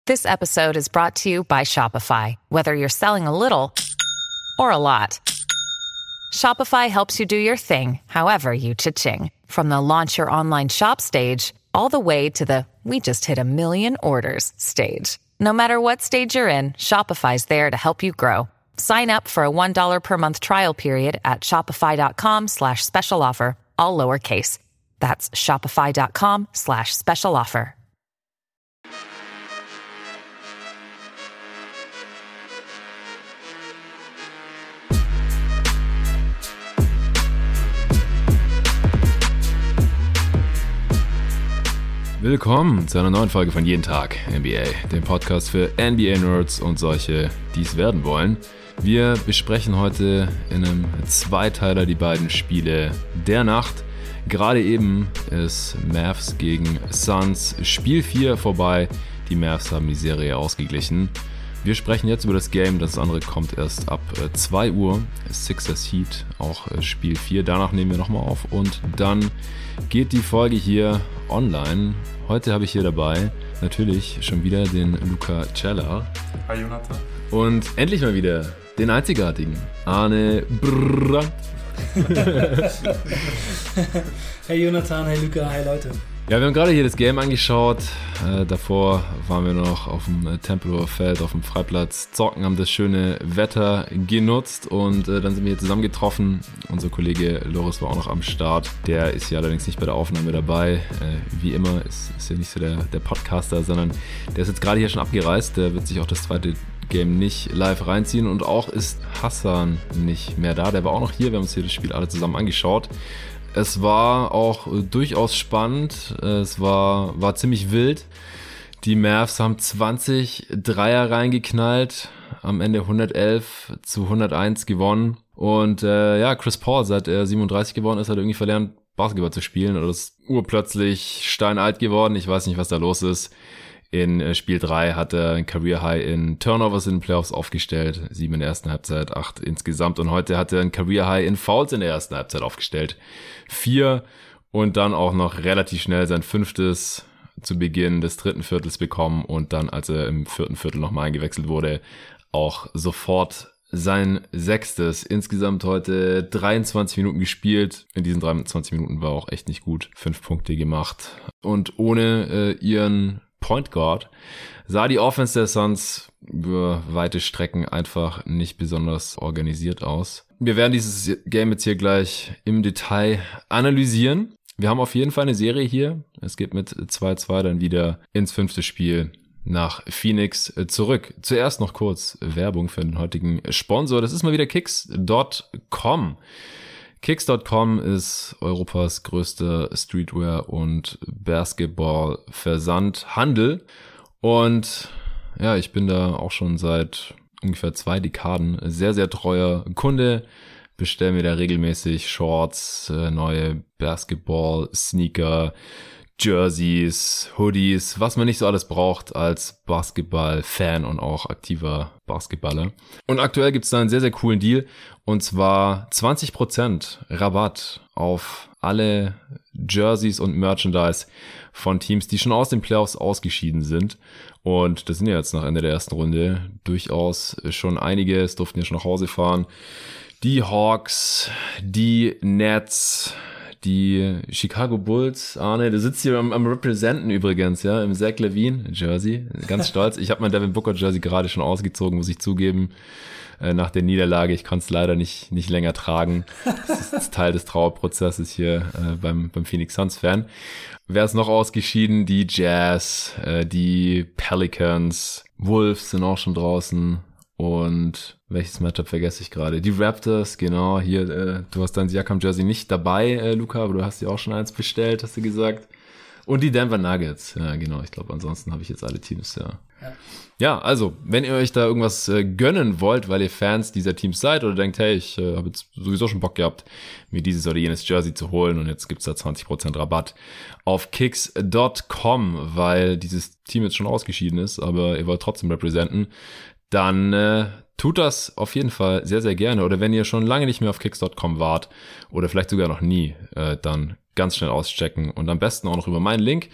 This episode is brought to you by Shopify. Whether you're selling a little or a lot, Shopify helps you do your thing, however you cha-ching. From the launch your online shop stage, all the way to the we just hit 1 million orders stage. No matter what stage you're in, Shopify's there to help you grow. Sign up for a $1 per month trial period at shopify.com/special offer, all lowercase. That's shopify.com/special offer. Willkommen zu einer neuen Folge von Jeden Tag NBA, dem Podcast für NBA-Nerds und solche, die es werden wollen. Wir besprechen heute in einem Zweiteiler die beiden Spiele der Nacht. Gerade eben ist Mavs gegen Suns Spiel 4 vorbei. Die Mavs haben die Serie ausgeglichen. Wir sprechen jetzt über das Game, das andere kommt erst ab 2 Uhr. Sixers Heat, auch Spiel 4. Danach nehmen wir nochmal auf und dann geht die Folge hier online. Heute habe ich hier dabei natürlich schon wieder den Luca Cella. Hi Jonathan. Und endlich mal wieder den einzigartigen Arne Brandt. Hey Jonathan, hey Luca, hi Leute. Ja, wir haben gerade hier das Game angeschaut. Davor waren wir noch auf dem Tempelhofer Feld, auf dem Freiplatz zocken, haben das schöne Wetter genutzt und dann sind wir hier zusammengetroffen. Unser Kollege Loris war auch noch am Start. Der ist ja allerdings nicht bei der Aufnahme dabei. Wie immer ist ja nicht so der Podcaster, sondern der ist jetzt gerade hier schon abgereist. Der wird sich auch das zweite Game nicht live reinziehen und auch ist Hassan nicht mehr da. Der war auch noch hier. Wir haben uns hier das Spiel alle zusammen angeschaut. Es war auch durchaus spannend, es war ziemlich wild. Die Mavs haben 20 Dreier reingeknallt, am Ende 111-101 gewonnen. Und Chris Paul, seit er 37 geworden ist, hat irgendwie verlernt, Basketball zu spielen oder ist urplötzlich steinalt geworden. Ich weiß nicht, was da los ist. In Spiel 3 hat er ein Career High in Turnovers in den Playoffs aufgestellt. 7 in der ersten Halbzeit, 8 insgesamt. Und heute hat er ein Career High in Fouls in der ersten Halbzeit aufgestellt. 4 und dann auch noch relativ schnell sein 5. zu Beginn des 3. Viertels bekommen. Und dann, als er im 4. Viertel nochmal eingewechselt wurde, auch sofort sein 6. Insgesamt heute 23 Minuten gespielt. In diesen 23 Minuten war auch echt nicht gut. 5 Punkte gemacht. Und ohne ihren Point Guard sah die Offense der Suns über weite Strecken einfach nicht besonders organisiert aus. Wir werden dieses Game jetzt hier gleich im Detail analysieren. Wir haben auf jeden Fall eine Serie hier. Es geht mit 2-2 dann wieder ins 5. Spiel nach Phoenix zurück. Zuerst noch kurz Werbung für den heutigen Sponsor. Das ist mal wieder Kicks.com. Kicks.com ist Europas größter Streetwear- und Basketball-Versandhandel. Und ja, ich bin da auch schon seit ungefähr 2 Dekaden sehr, sehr treuer Kunde. Bestelle mir da regelmäßig Shorts, neue Basketball-Sneaker, Jerseys, Hoodies, was man nicht so alles braucht als Basketball-Fan und auch aktiver Basketballer. Und aktuell gibt's da einen sehr, sehr coolen Deal. Und zwar 20% Rabatt auf alle Jerseys und Merchandise von Teams, die schon aus den Playoffs ausgeschieden sind. Und das sind ja jetzt nach Ende der ersten Runde durchaus schon einige. Es durften ja schon nach Hause fahren. Die Hawks, die Nets, die Chicago Bulls. Arne, du sitzt hier am Representen übrigens, ja, im Zach LaVine Jersey. Ganz stolz. Ich habe mein Devin Booker Jersey gerade schon ausgezogen, muss ich zugeben. Nach der Niederlage. Ich kann es leider nicht länger tragen. Das ist Teil des Trauerprozesses hier beim Phoenix Suns Fan. Wer ist noch ausgeschieden? Die Jazz, die Pelicans, Wolves sind auch schon draußen. Und welches Matchup vergesse ich gerade? Die Raptors, genau. Hier, du hast dein Siakam-Jersey nicht dabei, Luca, aber du hast dir auch schon eins bestellt, hast du gesagt. Und die Denver Nuggets, ja genau. Ich glaube, ansonsten habe ich jetzt alle Teams, ja. Ja, also, wenn ihr euch da irgendwas gönnen wollt, weil ihr Fans dieser Teams seid oder denkt, hey, ich habe jetzt sowieso schon Bock gehabt, mir dieses oder jenes Jersey zu holen und jetzt gibt's da 20% Rabatt auf kicks.com, weil dieses Team jetzt schon ausgeschieden ist, aber ihr wollt trotzdem representen, dann tut das auf jeden Fall sehr, sehr gerne. Oder wenn ihr schon lange nicht mehr auf kicks.com wart oder vielleicht sogar noch nie, dann ganz schnell auschecken und am besten auch noch über meinen Link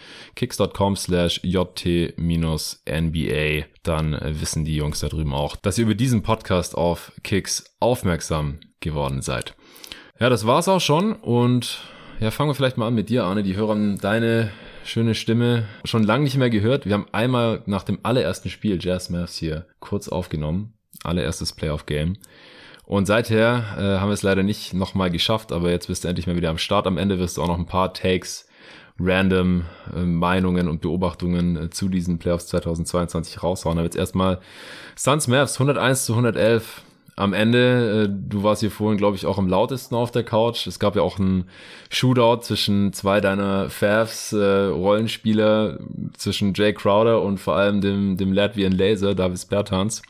kicks.com/jt-nba. Dann wissen die Jungs da drüben auch, dass ihr über diesen Podcast auf Kicks aufmerksam geworden seid. Ja, das war's auch schon und ja, fangen wir vielleicht mal an mit dir, Arne. Die Hörer haben deine schöne Stimme schon lange nicht mehr gehört. Wir haben einmal nach dem allerersten Spiel Jazz Mavs hier kurz aufgenommen. Allererstes Playoff-Game. Und seither haben wir es leider nicht nochmal geschafft, aber jetzt bist du endlich mal wieder am Start. Am Ende wirst du auch noch ein paar Takes, random Meinungen und Beobachtungen zu diesen Playoffs 2022 raushauen. Aber jetzt erstmal Suns Mavs 101-111. Am Ende, du warst hier vorhin, glaube ich, auch am lautesten auf der Couch. Es gab ja auch einen Shootout zwischen zwei deiner Favs, Rollenspieler, zwischen Jay Crowder und vor allem dem Latvian Laser, Davis Bertans.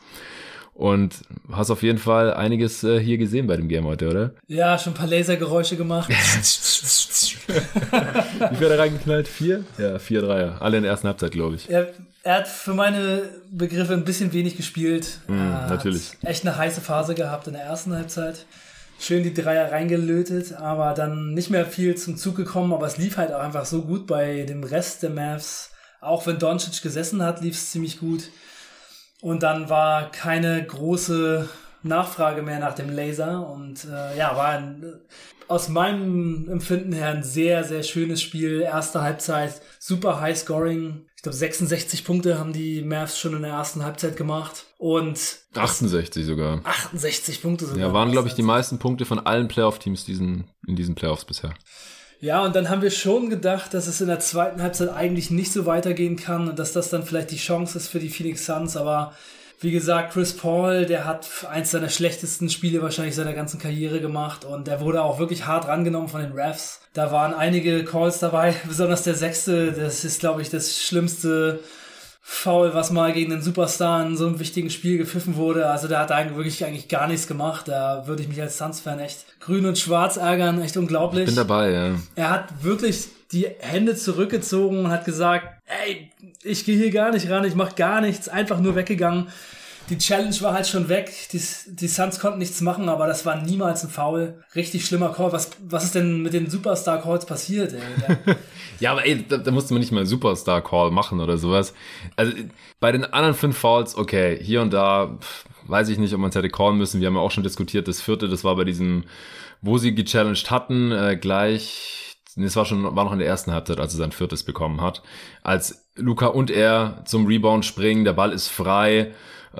Und hast auf jeden Fall einiges hier gesehen bei dem Game heute, oder? Ja, schon ein paar Lasergeräusche gemacht. Wie viel hat er reingeknallt? 4? Ja, 4 Dreier. Alle in der ersten Halbzeit, glaube ich. Er hat für meine Begriffe ein bisschen wenig gespielt. Natürlich. Hat echt eine heiße Phase gehabt in der ersten Halbzeit. Schön die Dreier reingelötet, aber dann nicht mehr viel zum Zug gekommen. Aber es lief halt auch einfach so gut bei dem Rest der Mavs. Auch wenn Doncic gesessen hat, lief es ziemlich gut. Und dann war keine große Nachfrage mehr nach dem Laser und war aus meinem Empfinden her ein sehr, sehr schönes Spiel. Erste Halbzeit, super High Scoring. Ich glaube 66 Punkte haben die Mavs schon in der ersten Halbzeit gemacht und 68 sogar. 68 Punkte sogar. Ja, waren glaube ich die meisten Punkte von allen Playoff-Teams in diesen Playoffs bisher. Ja, und dann haben wir schon gedacht, dass es in der zweiten Halbzeit eigentlich nicht so weitergehen kann und dass das dann vielleicht die Chance ist für die Phoenix Suns. Aber wie gesagt, Chris Paul, der hat eins seiner schlechtesten Spiele wahrscheinlich seiner ganzen Karriere gemacht und der wurde auch wirklich hart rangenommen von den Refs. Da waren einige Calls dabei, besonders der 6. Das ist, glaube ich, das schlimmste Foul, was mal gegen den Superstar in so einem wichtigen Spiel gepfiffen wurde. Also der hat eigentlich gar nichts gemacht. Da würde ich mich als Suns-Fan echt grün und schwarz ärgern. Echt unglaublich. Ich bin dabei, ja. Er hat wirklich die Hände zurückgezogen und hat gesagt, ey, ich gehe hier gar nicht ran, ich mach gar nichts. Einfach nur weggegangen. Die Challenge war halt schon weg. Die Suns konnten nichts machen, aber das war niemals ein Foul. Richtig schlimmer Call. Was ist denn mit den Superstar-Calls passiert, ey? Ja, aber ey, da musste man nicht mal einen Superstar-Call machen oder sowas. Also bei den anderen 5 Fouls, okay, hier und da, weiß ich nicht, ob man es hätte callen müssen. Wir haben ja auch schon diskutiert, das 4., das war bei diesem, wo sie gechallenged hatten, es war noch in der ersten Halbzeit, als er sein 4. bekommen hat. Als Luka und er zum Rebound springen, der Ball ist frei,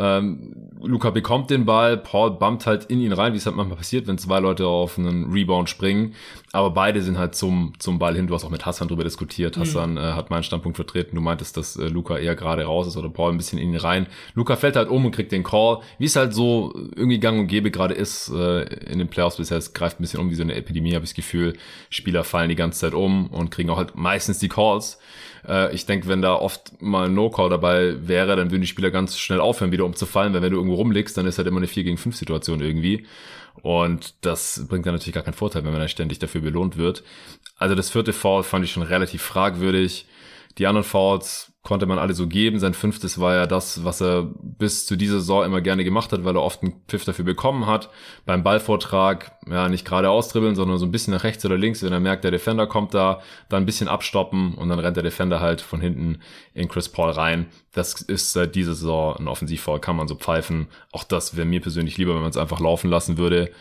Luka bekommt den Ball, Paul bumpt halt in ihn rein, wie es halt manchmal passiert, wenn 2 Leute auf einen Rebound springen, aber beide sind halt zum Ball hin. Du hast auch mit Hassan drüber diskutiert. Hassan hat meinen Standpunkt vertreten. Du meintest, dass Luka eher gerade raus ist oder Paul ein bisschen in ihn rein. Luka fällt halt um und kriegt den Call, wie es halt so irgendwie gang und gäbe gerade ist in den Playoffs bisher. Es greift ein bisschen um wie so eine Epidemie, habe ich das Gefühl. Spieler fallen die ganze Zeit um und kriegen auch halt meistens die Calls. Ich denke, wenn da oft mal ein No-Call dabei wäre, dann würden die Spieler ganz schnell aufhören, wieder umzufallen, weil wenn du irgendwo rumliegst, dann ist halt immer eine 4-gegen-5-Situation irgendwie. Und das bringt dann natürlich gar keinen Vorteil, wenn man dann ständig dafür belohnt wird. Also das 4. Foul fand ich schon relativ fragwürdig. Die anderen Fouls konnte man alle so geben. Sein 5. war ja das, was er bis zu dieser Saison immer gerne gemacht hat, weil er oft einen Pfiff dafür bekommen hat. Beim Ballvortrag, ja, nicht gerade ausdribbeln, sondern so ein bisschen nach rechts oder links. Wenn er merkt, der Defender kommt da, dann ein bisschen abstoppen und dann rennt der Defender halt von hinten in Chris Paul rein. Das ist seit dieser Saison ein Offensivfoul, kann man so pfeifen. Auch das wäre mir persönlich lieber, wenn man es einfach laufen lassen würde.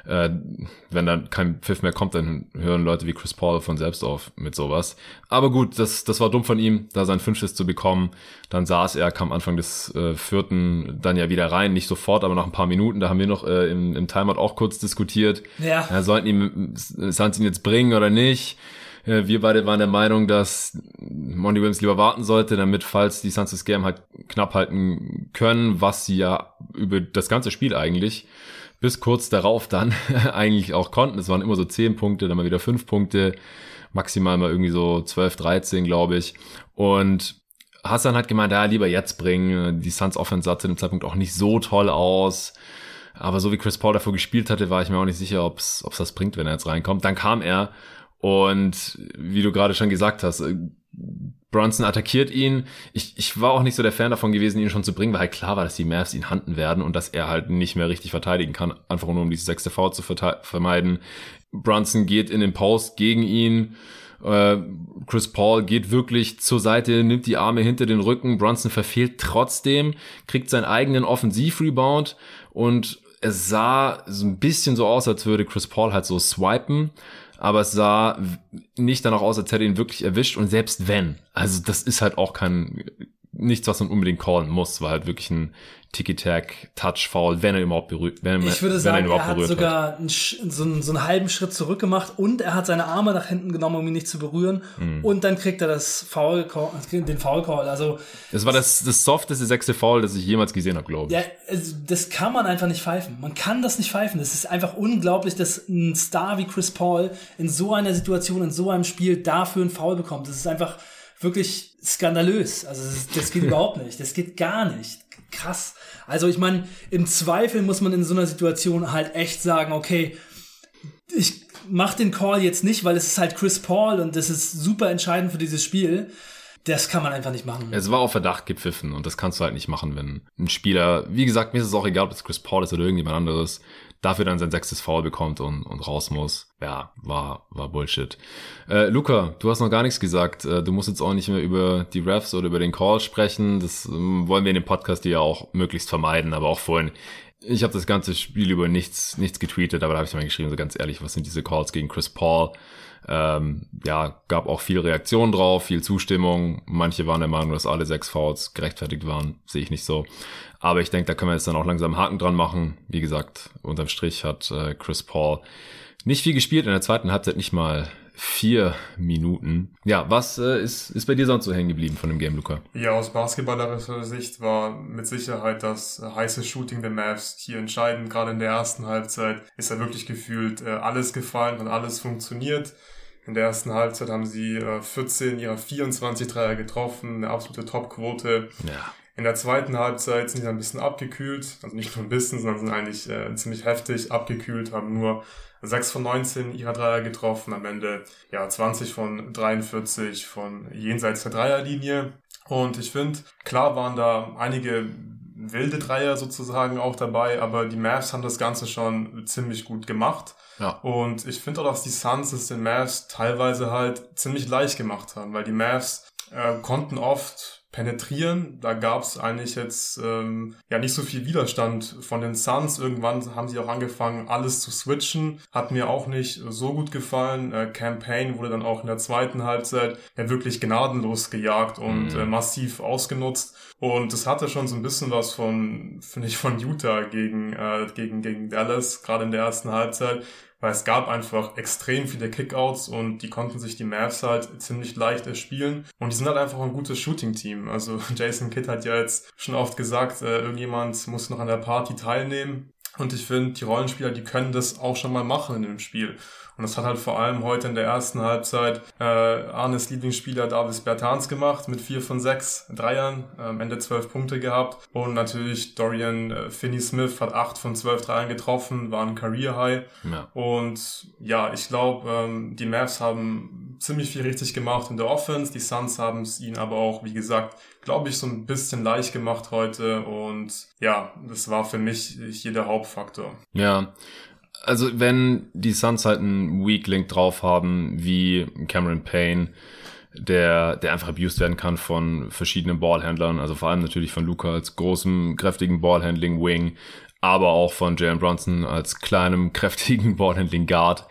Wenn dann kein Pfiff mehr kommt, dann hören Leute wie Chris Paul von selbst auf mit sowas. Aber gut, das war dumm von ihm, da sein 5. zu bekommen. Dann kam Anfang des 4. dann ja wieder rein, nicht sofort, aber nach ein paar Minuten. Da haben wir noch im Timeout auch kurz diskutiert. Ja, sollten Suns ihn jetzt bringen oder nicht? Wir beide waren der Meinung, dass Monty Williams lieber warten sollte, damit, falls die Suns das Game halt knapp halten können, was sie ja über das ganze Spiel eigentlich bis kurz darauf dann eigentlich auch konnten. Es waren immer so 10 Punkte, dann mal wieder 5 Punkte, maximal mal irgendwie so 12, 13, glaube ich. Und Hassan hat gemeint, ja, lieber jetzt bringen. Die Suns Offense sah zu dem Zeitpunkt auch nicht so toll aus. Aber so wie Chris Paul davor gespielt hatte, war ich mir auch nicht sicher, ob's das bringt, wenn er jetzt reinkommt. Dann kam er und wie du gerade schon gesagt hast, Brunson attackiert ihn. Ich war auch nicht so der Fan davon gewesen, ihn schon zu bringen, weil halt klar war, dass die Mavs ihn handen werden und dass er halt nicht mehr richtig verteidigen kann, einfach nur um dieses 6. Foul zu vermeiden. Brunson geht in den Post gegen ihn. Chris Paul geht wirklich zur Seite, nimmt die Arme hinter den Rücken. Brunson verfehlt trotzdem, kriegt seinen eigenen Offensiv-Rebound und es sah so ein bisschen so aus, als würde Chris Paul halt so swipen, aber es sah nicht danach aus, als hätte er ihn wirklich erwischt und selbst wenn, also das ist halt auch nichts, was man unbedingt callen muss, war halt wirklich ein Tiki-Tack-Touch-Foul, wenn er überhaupt berührt. Ich würde sagen, er hat sogar so einen halben Schritt zurück gemacht und er hat seine Arme nach hinten genommen, um ihn nicht zu berühren. Und dann kriegt er den Foul-Call. Also das war das softeste 6. Foul, das ich jemals gesehen habe, glaube ich. Ja, also das kann man einfach nicht pfeifen. Man kann das nicht pfeifen. Das ist einfach unglaublich, dass ein Star wie Chris Paul in so einer Situation, in so einem Spiel dafür einen Foul bekommt. Das ist einfach wirklich skandalös. Also das geht überhaupt nicht. Das geht gar nicht. Krass. Also ich meine, im Zweifel muss man in so einer Situation halt echt sagen, okay, ich mach den Call jetzt nicht, weil es ist halt Chris Paul und das ist super entscheidend für dieses Spiel. Das kann man einfach nicht machen. Es war auf Verdacht gepfiffen und das kannst du halt nicht machen, wenn ein Spieler, wie gesagt, mir ist es auch egal, ob es Chris Paul ist oder irgendjemand anderes, dafür dann sein 6. Foul bekommt und raus muss. Ja, war Bullshit. Luca, du hast noch gar nichts gesagt. Du musst jetzt auch nicht mehr über die Refs oder über den Call sprechen. Das wollen wir in dem Podcast ja auch möglichst vermeiden, aber auch vorhin. Ich habe das ganze Spiel über nichts getweetet, aber da habe ich mal geschrieben, so ganz ehrlich, was sind diese Calls gegen Chris Paul? Gab auch viel Reaktion drauf, viel Zustimmung. Manche waren der Meinung, dass alle 6 Fouls gerechtfertigt waren. Sehe ich nicht so. Aber ich denke, da können wir jetzt dann auch langsam einen Haken dran machen. Wie gesagt, unterm Strich hat Chris Paul nicht viel gespielt. In der zweiten Halbzeit nicht mal 4 Minuten. Ja, was ist bei dir sonst so hängen geblieben von dem Game, Luca? Ja, aus basketballerischer Sicht war mit Sicherheit das heiße Shooting der Mavs hier entscheidend. Gerade in der ersten Halbzeit ist da wirklich gefühlt alles gefallen und alles funktioniert. In der ersten Halbzeit haben sie 14 ihrer 24 Dreier getroffen, eine absolute Topquote. Ja. In der zweiten Halbzeit sind sie ein bisschen abgekühlt, also nicht nur ein bisschen, sondern sind eigentlich ziemlich heftig abgekühlt, haben nur 6 von 19 ihrer Dreier getroffen, am Ende 20 von 43 von jenseits der Dreierlinie. Und ich finde, klar waren da einige wilde Dreier sozusagen auch dabei, aber die Mavs haben das Ganze schon ziemlich gut gemacht. Ja. Und ich finde auch, dass die Suns es den Mavs teilweise halt ziemlich leicht gemacht haben, weil die Mavs konnten oft penetrieren. Da gab es eigentlich jetzt nicht so viel Widerstand von den Suns. Irgendwann haben sie auch angefangen, alles zu switchen. Hat mir auch nicht so gut gefallen. Cam Payne wurde dann auch in der zweiten Halbzeit wirklich gnadenlos gejagt und massiv ausgenutzt. Und das hatte schon so ein bisschen was von Utah gegen Dallas, gerade in der ersten Halbzeit. Weil es gab einfach extrem viele Kickouts und die konnten sich die Mavs halt ziemlich leicht erspielen. Und die sind halt einfach ein gutes Shooting-Team. Also Jason Kidd hat ja jetzt schon oft gesagt, irgendjemand muss noch an der Party teilnehmen. Und ich finde, die Rollenspieler, die können das auch schon mal machen in dem Spiel. Und das hat halt vor allem heute in der ersten Halbzeit Arnes Lieblingsspieler Davis Bertans gemacht mit 4 von 6 Dreiern, am Ende 12 Punkte gehabt. Und natürlich Dorian Finney-Smith hat 8 von 12 Dreiern getroffen, war ein Career-High. Ja. Und ja, ich glaube, die Mavs haben ziemlich viel richtig gemacht in der Offense. Die Suns haben es ihnen aber auch, wie gesagt, glaube ich, so ein bisschen leicht gemacht heute. Und ja, das war für mich hier der Hauptfaktor. Ja. Also wenn die Suns halt einen Weak Link drauf haben, wie Cameron Payne, der einfach abused werden kann von verschiedenen Ballhändlern, also vor allem natürlich von Luka als großem, kräftigen Ballhandling-Wing, aber auch von Jalen Brunson als kleinem, kräftigen Ballhandling-Guard,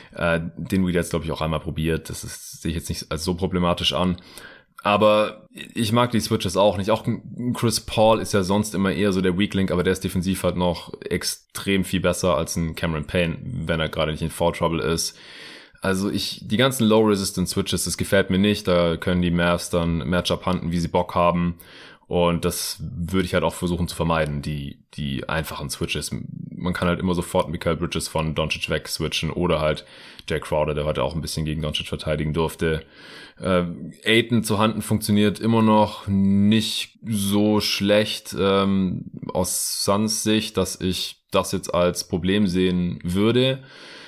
den wir jetzt, glaube ich, auch einmal probiert. Sehe ich jetzt nicht als so problematisch an. Aber ich mag die Switches auch nicht. Auch Chris Paul ist ja sonst immer eher so der Weak Link, aber der ist defensiv halt noch extrem viel besser als ein Cameron Payne, wenn er gerade nicht in Foul Trouble ist. Also die ganzen Low Resistance Switches, das gefällt mir nicht. Da können die Mavs dann Matchup hunten, wie sie Bock haben. Und das würde ich halt auch versuchen zu vermeiden, die einfachen Switches. Man kann halt immer sofort Mikal Bridges von Doncic weg switchen oder halt Jay Crowder, der heute auch ein bisschen gegen Doncic verteidigen durfte. Ayton zu Handen funktioniert immer noch nicht so schlecht aus Suns Sicht, dass ich das jetzt als Problem sehen würde.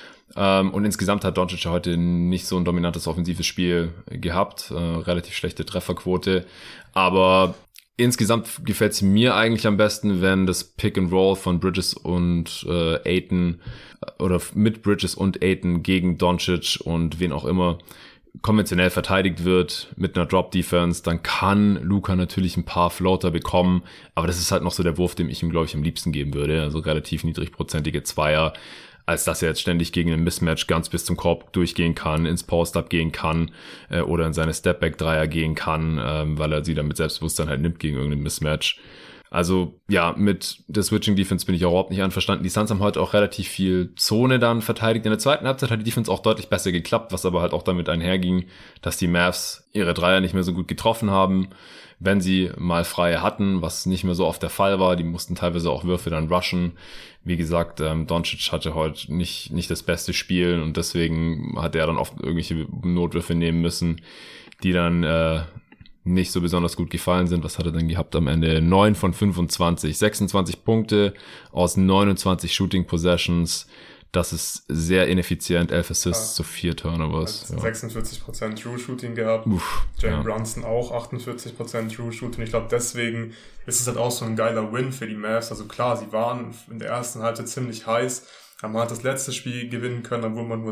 Und insgesamt hat Doncic heute nicht so ein dominantes offensives Spiel gehabt, relativ schlechte Trefferquote. Aber Insgesamt gefällt es mir eigentlich am besten, wenn das Pick and Roll von Bridges und Ayton oder mit Bridges und Ayton gegen Doncic und wen auch immer konventionell verteidigt wird mit einer Drop-Defense, dann kann Luka natürlich ein paar Floater bekommen, aber das ist halt noch so der Wurf, den ich ihm, glaube ich, am liebsten geben würde, also relativ niedrigprozentige Zweier, als dass er jetzt ständig gegen ein Mismatch ganz bis zum Korb durchgehen kann, ins Post-Up gehen kann oder in seine Stepback-Dreier gehen kann, weil er sie dann mit Selbstbewusstsein halt nimmt gegen irgendein Mismatch. Also ja, mit der Switching-Defense bin ich auch überhaupt nicht einverstanden. Die Suns haben heute auch relativ viel Zone dann verteidigt. In der zweiten Halbzeit hat die Defense auch deutlich besser geklappt, was aber halt auch damit einherging, dass die Mavs ihre Dreier nicht mehr so gut getroffen haben, wenn sie mal freie hatten, was nicht mehr so oft der Fall war. Die mussten teilweise auch Würfe dann rushen. Wie gesagt, Doncic hatte heute nicht das beste Spiel und deswegen hat er dann oft irgendwelche Notwürfe nehmen müssen, die dann nicht so besonders gut gefallen sind. Was hat er denn gehabt am Ende? 9 von 25, 26 Punkte aus 29 Shooting Possessions. Das ist sehr ineffizient. 11 Assists zu 4 Turnovers. Also 46% True Shooting gehabt. Jalen Brunson auch 48% True Shooting. Ich glaube, deswegen ist es halt auch so ein geiler Win für die Mavs. Also klar, sie waren in der ersten Halbzeit ziemlich heiß. Man hat das letzte Spiel gewinnen können, obwohl man nur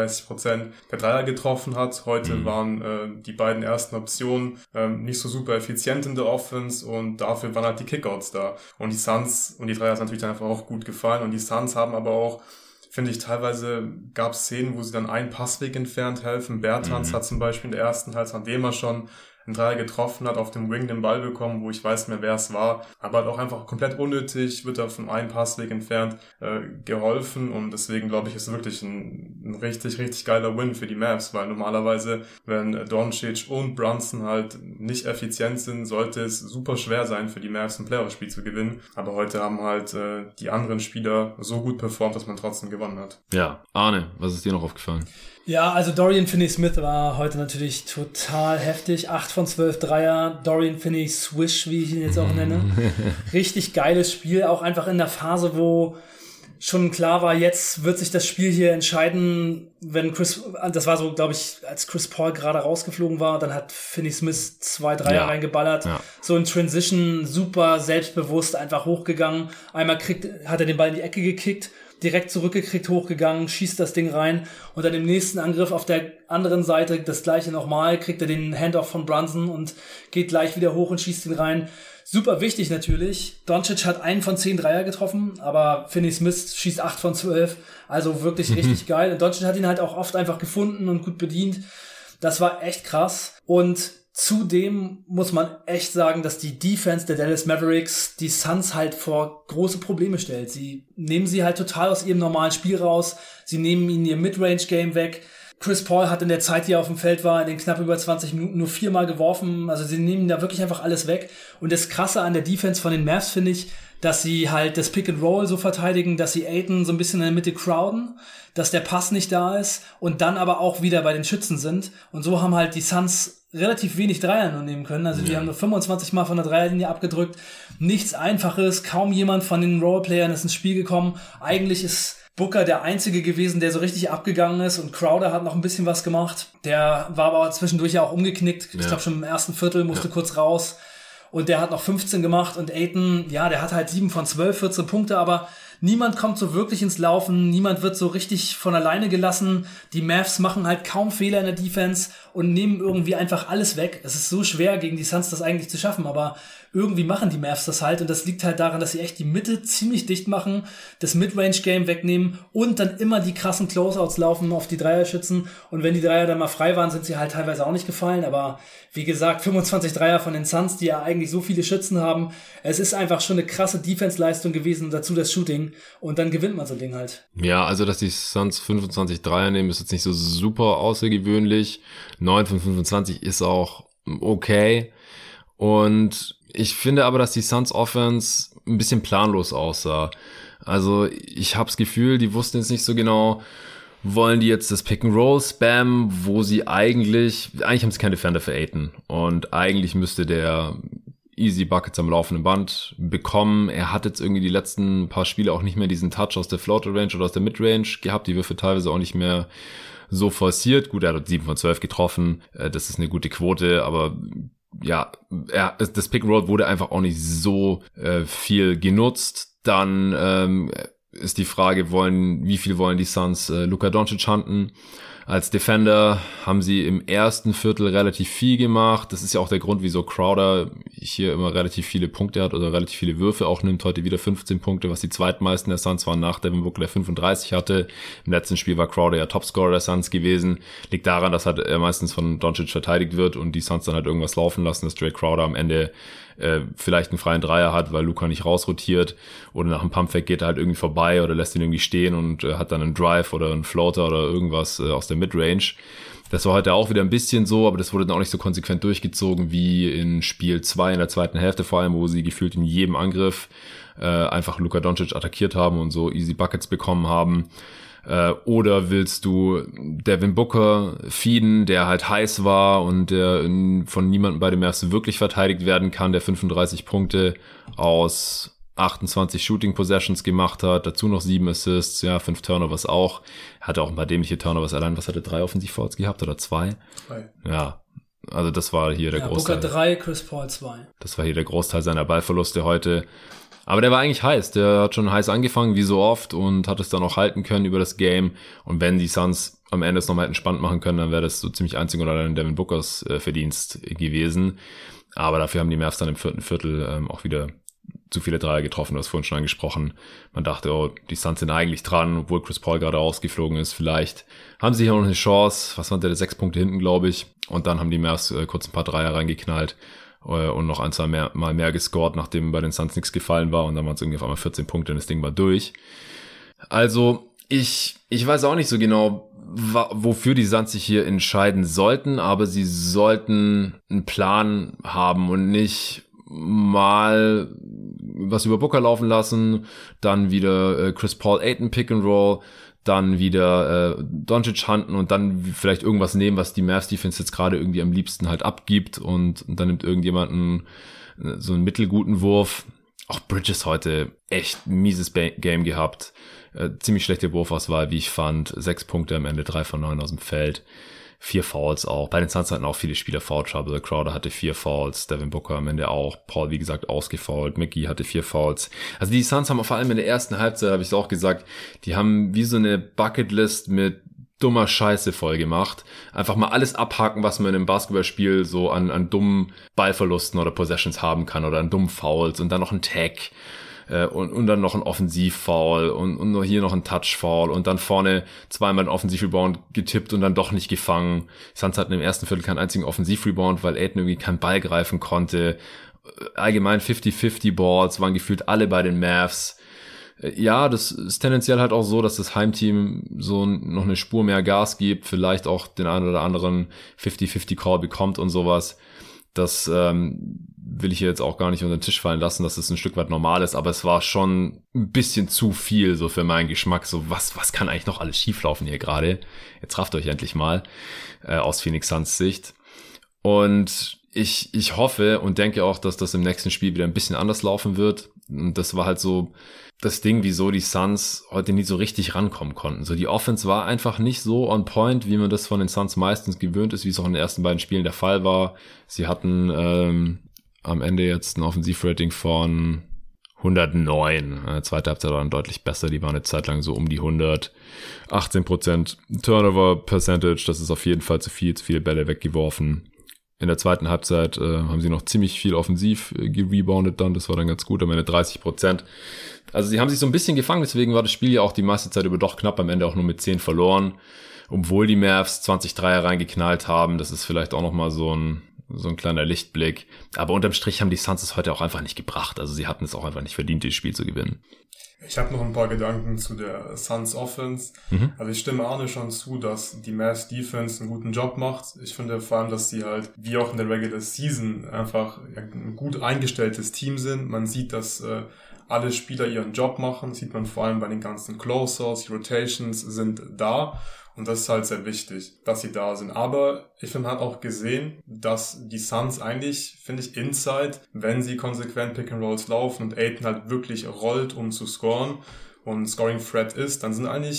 33% der Dreier getroffen hat. Heute waren die beiden ersten Optionen nicht so super effizient in der Offense und dafür waren halt die Kickouts da. Und die Suns und die Dreier sind natürlich dann einfach auch gut gefallen. Und die Suns haben aber auch, finde ich, teilweise gab es Szenen, wo sie dann einen Passweg entfernt helfen. Bertans hat zum Beispiel in der ersten Halbzeit, nachdem er schon einen Dreier getroffen hat, auf dem Wing den Ball bekommen, wo ich weiß mehr, wer es war. Aber halt auch einfach komplett unnötig, wird er von einem Passweg entfernt geholfen. Und deswegen glaube ich, ist wirklich ein richtig, richtig geiler Win für die Mavs, weil normalerweise, wenn Doncic und Brunson halt nicht effizient sind, sollte es super schwer sein für die Mavs ein Playoff-Spiel zu gewinnen. Aber heute haben halt die anderen Spieler so gut performt, dass man trotzdem gewonnen hat. Ja, Arne, was ist dir noch aufgefallen? Ja, also Dorian Finney-Smith war heute natürlich total heftig. 8 von 12 Dreier. Dorian Finney-Swish, wie ich ihn jetzt auch nenne. Richtig geiles Spiel. Auch einfach in der Phase, wo schon klar war, jetzt wird sich das Spiel hier entscheiden, wenn das war so, glaube ich, als Chris Paul gerade rausgeflogen war, dann hat Finney-Smith 2 Dreier reingeballert. Ja. So in Transition, super selbstbewusst, einfach hochgegangen. Einmal hat er den Ball in die Ecke gekickt, direkt zurückgekriegt, hochgegangen, schießt das Ding rein und dann im nächsten Angriff auf der anderen Seite das gleiche nochmal, kriegt er den Handoff von Brunson und geht gleich wieder hoch und schießt ihn rein. Super wichtig natürlich. Doncic hat 1 von 10 Dreier getroffen, aber Finney-Smith schießt 8 von 12. Also wirklich richtig geil. Und Doncic hat ihn halt auch oft einfach gefunden und gut bedient. Das war echt krass. Und zudem muss man echt sagen, dass die Defense der Dallas Mavericks die Suns halt vor große Probleme stellt. Sie nehmen sie halt total aus ihrem normalen Spiel raus. Sie nehmen ihnen ihr Midrange-Game weg. Chris Paul hat in der Zeit, die er auf dem Feld war, in den knapp über 20 Minuten nur 4-mal geworfen. Also sie nehmen da wirklich einfach alles weg. Und das Krasse an der Defense von den Mavs finde ich, dass sie halt das Pick and Roll so verteidigen, dass sie Ayton so ein bisschen in der Mitte crowden, dass der Pass nicht da ist und dann aber auch wieder bei den Schützen sind. Und so haben halt die Suns relativ wenig Dreier nur nehmen können. Also die haben nur 25 Mal von der Dreierlinie abgedrückt. Nichts Einfaches, kaum jemand von den Roleplayern ist ins Spiel gekommen. Eigentlich ist Booker der Einzige gewesen, der so richtig abgegangen ist und Crowder hat noch ein bisschen was gemacht. Der war aber zwischendurch ja auch umgeknickt. Ich glaube schon im ersten Viertel musste kurz raus und der hat noch 15 gemacht und Ayton, ja, der hat halt 7 von 12, 14 Punkte, aber niemand kommt so wirklich ins Laufen, niemand wird so richtig von alleine gelassen. Die Mavs machen halt kaum Fehler in der Defense und nehmen irgendwie einfach alles weg. Es ist so schwer, gegen die Suns das eigentlich zu schaffen, aber irgendwie machen die Mavs das halt und das liegt halt daran, dass sie echt die Mitte ziemlich dicht machen, das Midrange-Game wegnehmen und dann immer die krassen Closeouts laufen auf die Dreierschützen und wenn die Dreier dann mal frei waren, sind sie halt teilweise auch nicht gefallen, aber wie gesagt, 25 Dreier von den Suns, die ja eigentlich so viele Schützen haben, es ist einfach schon eine krasse Defense-Leistung gewesen und dazu das Shooting und dann gewinnt man so ein Ding halt. Ja, also dass die Suns 25 Dreier nehmen, ist jetzt nicht so super außergewöhnlich. 9 von 25 ist auch okay und ich finde aber, dass die Suns Offense ein bisschen planlos aussah. Also ich habe das Gefühl, die wussten jetzt nicht so genau, wollen die jetzt das Pick and Roll spammen, wo sie eigentlich haben sie keine Defender für Ayton und eigentlich müsste der easy Buckets am laufenden Band bekommen. Er hat jetzt irgendwie die letzten paar Spiele auch nicht mehr diesen Touch aus der Floater Range oder aus der Midrange gehabt, die Würfe teilweise auch nicht mehr so forciert. Gut, er hat 7 von 12 getroffen, das ist eine gute Quote, aber das Pick-and-Roll wurde einfach auch nicht so viel genutzt. Dann ist die Frage, wie viel wollen die Suns Luka Doncic hunten? Als Defender haben sie im ersten Viertel relativ viel gemacht. Das ist ja auch der Grund, wieso Crowder hier immer relativ viele Punkte hat oder relativ viele Würfe auch nimmt. Heute wieder 15 Punkte, was die zweitmeisten der Suns waren nach Devin Booker, der 35 hatte. Im letzten Spiel war Crowder ja Topscorer der Suns gewesen. Liegt daran, dass halt er meistens von Doncic verteidigt wird und die Suns dann halt irgendwas laufen lassen, dass Dre Crowder am Ende vielleicht einen freien Dreier hat, weil Luka nicht rausrotiert oder nach einem Pumpfake geht er halt irgendwie vorbei oder lässt ihn irgendwie stehen und hat dann einen Drive oder einen Floater oder irgendwas aus der Midrange. Das war heute auch wieder ein bisschen so, aber das wurde dann auch nicht so konsequent durchgezogen wie in Spiel 2 in der zweiten Hälfte vor allem, wo sie gefühlt in jedem Angriff einfach Luka Doncic attackiert haben und so easy Buckets bekommen haben. Oder willst du Devin Booker feeden, der halt heiß war und der von niemandem bei den Mavs wirklich verteidigt werden kann, der 35 Punkte aus 28 Shooting Possessions gemacht hat, dazu noch 7 Assists, 5 Turnovers auch. Hatte auch ein paar dämliche Turnovers allein. Was hatte 3 Offensivfouls gehabt oder 2? 2. Ja, also das war hier der Großteil. Booker 3, Chris Paul 2. Das war hier der Großteil seiner Ballverluste heute. Aber der war eigentlich heiß. Der hat schon heiß angefangen, wie so oft, und hat es dann auch halten können über das Game. Und wenn die Suns am Ende es nochmal hätten spannend machen können, dann wäre das so ziemlich einzig oder allein Devin Bookers Verdienst gewesen. Aber dafür haben die Mavs dann im vierten Viertel auch wieder zu viele Dreier getroffen. Du hast vorhin schon angesprochen. Man dachte, die Suns sind eigentlich dran, obwohl Chris Paul gerade ausgeflogen ist. Vielleicht haben sie hier noch eine Chance. Was waren der 6 Punkte hinten, glaube ich. Und dann haben die Mavs kurz ein paar Dreier reingeknallt und noch ein, zwei Mal mehr gescored, nachdem bei den Suns nichts gefallen war. Und dann waren es irgendwie auf einmal 14 Punkte und das Ding war durch. Also ich weiß auch nicht so genau, wofür die Suns sich hier entscheiden sollten, aber sie sollten einen Plan haben und nicht mal was über Booker laufen lassen, dann wieder Chris Paul Ayton Pick and Roll, dann wieder Doncic hunten und dann vielleicht irgendwas nehmen, was die Mavs Defense jetzt gerade irgendwie am liebsten halt abgibt und dann nimmt irgendjemanden so einen mittelguten Wurf. Auch Bridges heute echt mieses Game gehabt. Ziemlich schlechte Wurfauswahl, wie ich fand. 6 Punkte am Ende, 3 von 9 aus dem Feld. 4 Fouls auch. Bei den Suns hatten auch viele Spieler Foul Trouble. Crowder hatte 4 Fouls, Devin Booker am Ende auch. Paul, wie gesagt, ausgefoult. McGee hatte 4 Fouls. Also die Suns haben vor allem in der ersten Halbzeit, habe ich es auch gesagt, die haben wie so eine Bucketlist mit dummer Scheiße voll gemacht. Einfach mal alles abhaken, was man im Basketballspiel so an dummen Ballverlusten oder Possessions haben kann oder an dummen Fouls und dann noch ein Tag. Und dann noch ein Offensivfoul und hier noch ein Touchfoul und dann vorne zweimal ein Offensivrebound getippt und dann doch nicht gefangen. Suns hatten im ersten Viertel keinen einzigen Offensivrebound, weil Ayton irgendwie keinen Ball greifen konnte. Allgemein 50-50 Balls waren gefühlt alle bei den Mavs. Ja, das ist tendenziell halt auch so, dass das Heimteam so noch eine Spur mehr Gas gibt, vielleicht auch den einen oder anderen 50-50 Call bekommt und sowas. Das will ich hier jetzt auch gar nicht unter den Tisch fallen lassen, dass es ein Stück weit normal ist, aber es war schon ein bisschen zu viel so für meinen Geschmack. So was kann eigentlich noch alles schieflaufen hier gerade? Jetzt rafft euch endlich mal aus Phoenix Suns Sicht. Und ich hoffe und denke auch, dass das im nächsten Spiel wieder ein bisschen anders laufen wird. Und das war halt so das Ding, wieso die Suns heute nie so richtig rankommen konnten. So die Offense war einfach nicht so on point, wie man das von den Suns meistens gewöhnt ist, wie es auch in den ersten beiden Spielen der Fall war. Sie hatten am Ende jetzt ein Offensivrating von 109. Zweite Halbzeit war dann deutlich besser. Die waren eine Zeit lang so um die 100. 18% Turnover Percentage. Das ist auf jeden Fall zu viele Bälle weggeworfen. In der zweiten Halbzeit haben sie noch ziemlich viel offensiv gereboundet dann. Das war dann ganz gut. Am Ende 30%. Also sie haben sich so ein bisschen gefangen. Deswegen war das Spiel ja auch die meiste Zeit über doch knapp. Am Ende auch nur mit 10 verloren. Obwohl die Mavs 20 Dreier reingeknallt haben. Das ist vielleicht auch nochmal so ein kleiner Lichtblick. Aber unterm Strich haben die Suns es heute auch einfach nicht gebracht. Also sie hatten es auch einfach nicht verdient, das Spiel zu gewinnen. Ich habe noch ein paar Gedanken zu der Suns Offense. Also ich stimme Arne schon zu, dass die Mavs Defense einen guten Job macht. Ich finde vor allem, dass sie halt, wie auch in der Regular Season, einfach ein gut eingestelltes Team sind. Man sieht, dass alle Spieler ihren Job machen. Sieht man vor allem bei den ganzen Closers, die Rotations sind da. Und das ist halt sehr wichtig, dass sie da sind. Aber ich finde, man hat auch gesehen, dass die Suns eigentlich, finde ich, inside, wenn sie konsequent Pick-and-Rolls laufen und Ayton halt wirklich rollt, um zu scoren und Scoring Threat ist, dann sind eigentlich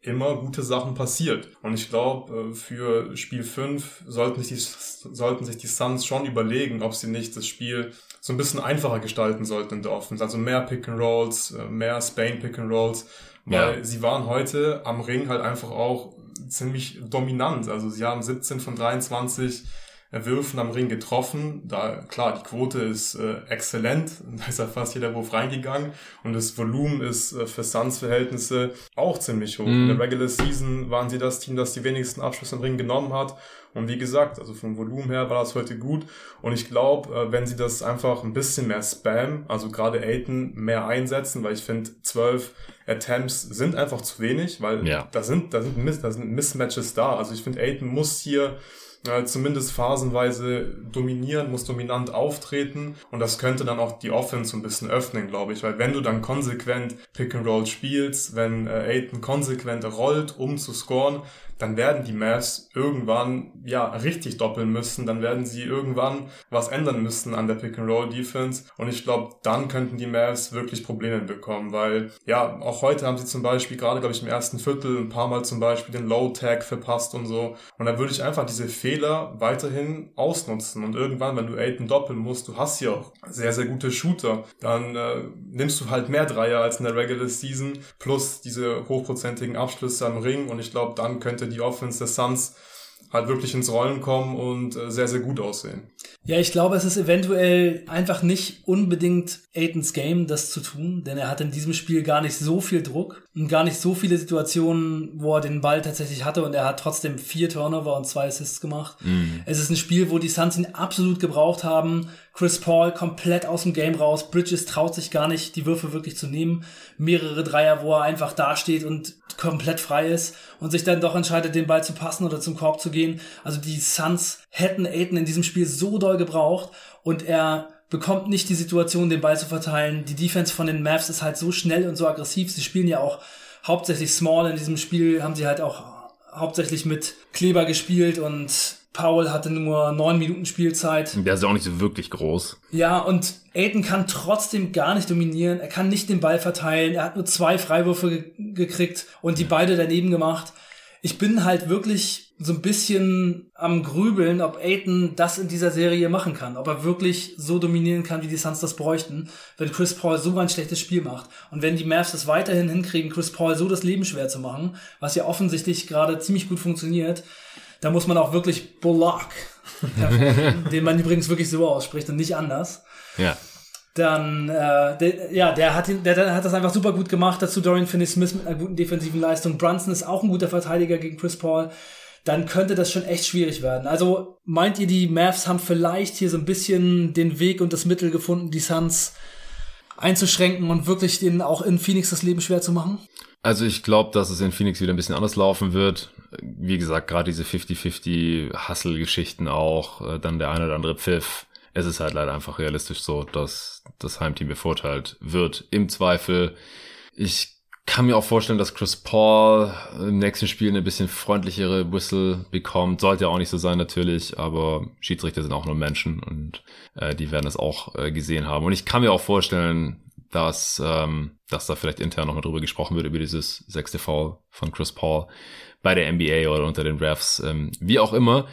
immer gute Sachen passiert. Und ich glaube, für Spiel 5 sollten sich die Suns schon überlegen, ob sie nicht das Spiel so ein bisschen einfacher gestalten sollten in der Offense. Also mehr Pick-and-Rolls, mehr Spain-Pick-and-Rolls, weil sie waren heute am Ring halt einfach auch ziemlich dominant. Also sie haben 17 von 23 Würfen am Ring getroffen. Da, klar, die Quote ist exzellent. Da ist ja fast jeder Wurf reingegangen. Und das Volumen ist für Suns-Verhältnisse auch ziemlich hoch. In der Regular Season waren sie das Team, das die wenigsten Abschlüsse am Ring genommen hat. Und wie gesagt, also vom Volumen her war das heute gut. Und ich glaube, wenn sie das einfach ein bisschen mehr Spam, also gerade Ayton, mehr einsetzen, weil ich finde, 12 Attempts sind einfach zu wenig, weil da sind Mismatches da. Also ich finde, Ayton muss hier zumindest phasenweise dominieren, muss dominant auftreten und das könnte dann auch die Offense ein bisschen öffnen, glaube ich, weil wenn du dann konsequent Pick and Roll spielst, wenn Ayton konsequent rollt, um zu scoren, dann werden die Mavs irgendwann richtig doppeln müssen, dann werden sie irgendwann was ändern müssen an der Pick-and-Roll-Defense und ich glaube, dann könnten die Mavs wirklich Probleme bekommen, weil auch heute haben sie zum Beispiel, gerade glaube ich im ersten Viertel, ein paar Mal zum Beispiel den Low-Tag verpasst und so und da würde ich einfach diese Fehler weiterhin ausnutzen und irgendwann, wenn du Ayton doppeln musst, du hast hier auch sehr, sehr gute Shooter, dann nimmst du halt mehr Dreier als in der Regular Season plus diese hochprozentigen Abschlüsse am Ring und ich glaube, dann könnte die Offense der Suns halt wirklich ins Rollen kommen und sehr, sehr gut aussehen. Ja, ich glaube, es ist eventuell einfach nicht unbedingt Aytons Game, das zu tun, denn er hat in diesem Spiel gar nicht so viel Druck und gar nicht so viele Situationen, wo er den Ball tatsächlich hatte und er hat trotzdem 4 Turnover und 2 Assists gemacht. Es ist ein Spiel, wo die Suns ihn absolut gebraucht haben. Chris Paul komplett aus dem Game raus. Bridges traut sich gar nicht, die Würfe wirklich zu nehmen. Mehrere Dreier, wo er einfach dasteht und komplett frei ist und sich dann doch entscheidet, den Ball zu passen oder zum Korb zu gehen. Also die Suns hätten Ayton in diesem Spiel so doll gebraucht und er bekommt nicht die Situation, den Ball zu verteilen. Die Defense von den Mavs ist halt so schnell und so aggressiv. Sie spielen ja auch hauptsächlich small. In diesem Spiel haben sie halt auch hauptsächlich mit Kleber gespielt und Powell hatte nur 9 Minuten Spielzeit. Der ist ja auch nicht so wirklich groß. Ja, und Ayton kann trotzdem gar nicht dominieren. Er kann nicht den Ball verteilen. Er hat nur 2 Freiwürfe gekriegt und die beide daneben gemacht. Ich bin halt wirklich so ein bisschen am Grübeln, ob Ayton das in dieser Serie machen kann. Ob er wirklich so dominieren kann, wie die Suns das bräuchten, wenn Chris Paul so ein schlechtes Spiel macht. Und wenn die Mavs es weiterhin hinkriegen, Chris Paul so das Leben schwer zu machen, was ja offensichtlich gerade ziemlich gut funktioniert, da muss man auch wirklich Bullock, den man übrigens wirklich so ausspricht und nicht anders. Ja. Dann, der hat das einfach super gut gemacht. Dazu Dorian Finney-Smith mit einer guten defensiven Leistung. Brunson ist auch ein guter Verteidiger gegen Chris Paul. Dann könnte das schon echt schwierig werden. Also meint ihr, die Mavs haben vielleicht hier so ein bisschen den Weg und das Mittel gefunden, die Suns einzuschränken und wirklich denen auch in Phoenix das Leben schwer zu machen? Also ich glaube, dass es in Phoenix wieder ein bisschen anders laufen wird. Wie gesagt, gerade diese 50-50 Hustle-Geschichten auch, dann der eine oder andere Pfiff. Es ist halt leider einfach realistisch so, dass das Heimteam bevorteilt wird. Im Zweifel. Ich kann mir auch vorstellen, dass Chris Paul im nächsten Spiel eine bisschen freundlichere Whistle bekommt. Sollte ja auch nicht so sein natürlich, aber Schiedsrichter sind auch nur Menschen und die werden das auch gesehen haben. Und ich kann mir auch vorstellen, dass da vielleicht intern noch mal drüber gesprochen wird, über dieses 6. Foul von Chris Paul bei der NBA oder unter den Refs, wie auch immer.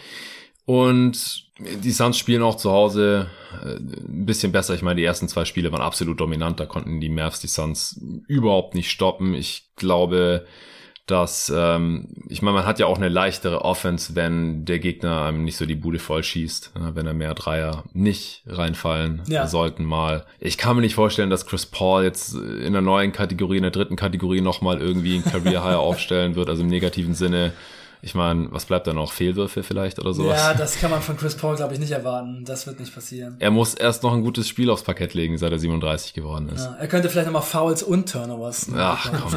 Und die Suns spielen auch zu Hause ein bisschen besser. Ich meine, die ersten 2 Spiele waren absolut dominant. Da konnten die Mavs die Suns überhaupt nicht stoppen. Ich glaube, dass, man hat ja auch eine leichtere Offense, wenn der Gegner einem nicht so die Bude voll schießt, wenn er mehr Dreier nicht reinfallen sollten mal. Ich kann mir nicht vorstellen, dass Chris Paul jetzt in der neuen Kategorie, in der 3. Kategorie nochmal irgendwie ein Career High aufstellen wird, also im negativen Sinne. Ich meine, was bleibt da noch? Fehlwürfe vielleicht oder sowas? Ja, das kann man von Chris Paul, glaube ich, nicht erwarten. Das wird nicht passieren. Er muss erst noch ein gutes Spiel aufs Parkett legen, seit er 37 geworden ist. Ja, er könnte vielleicht nochmal Fouls und Turnovers. Ach komm.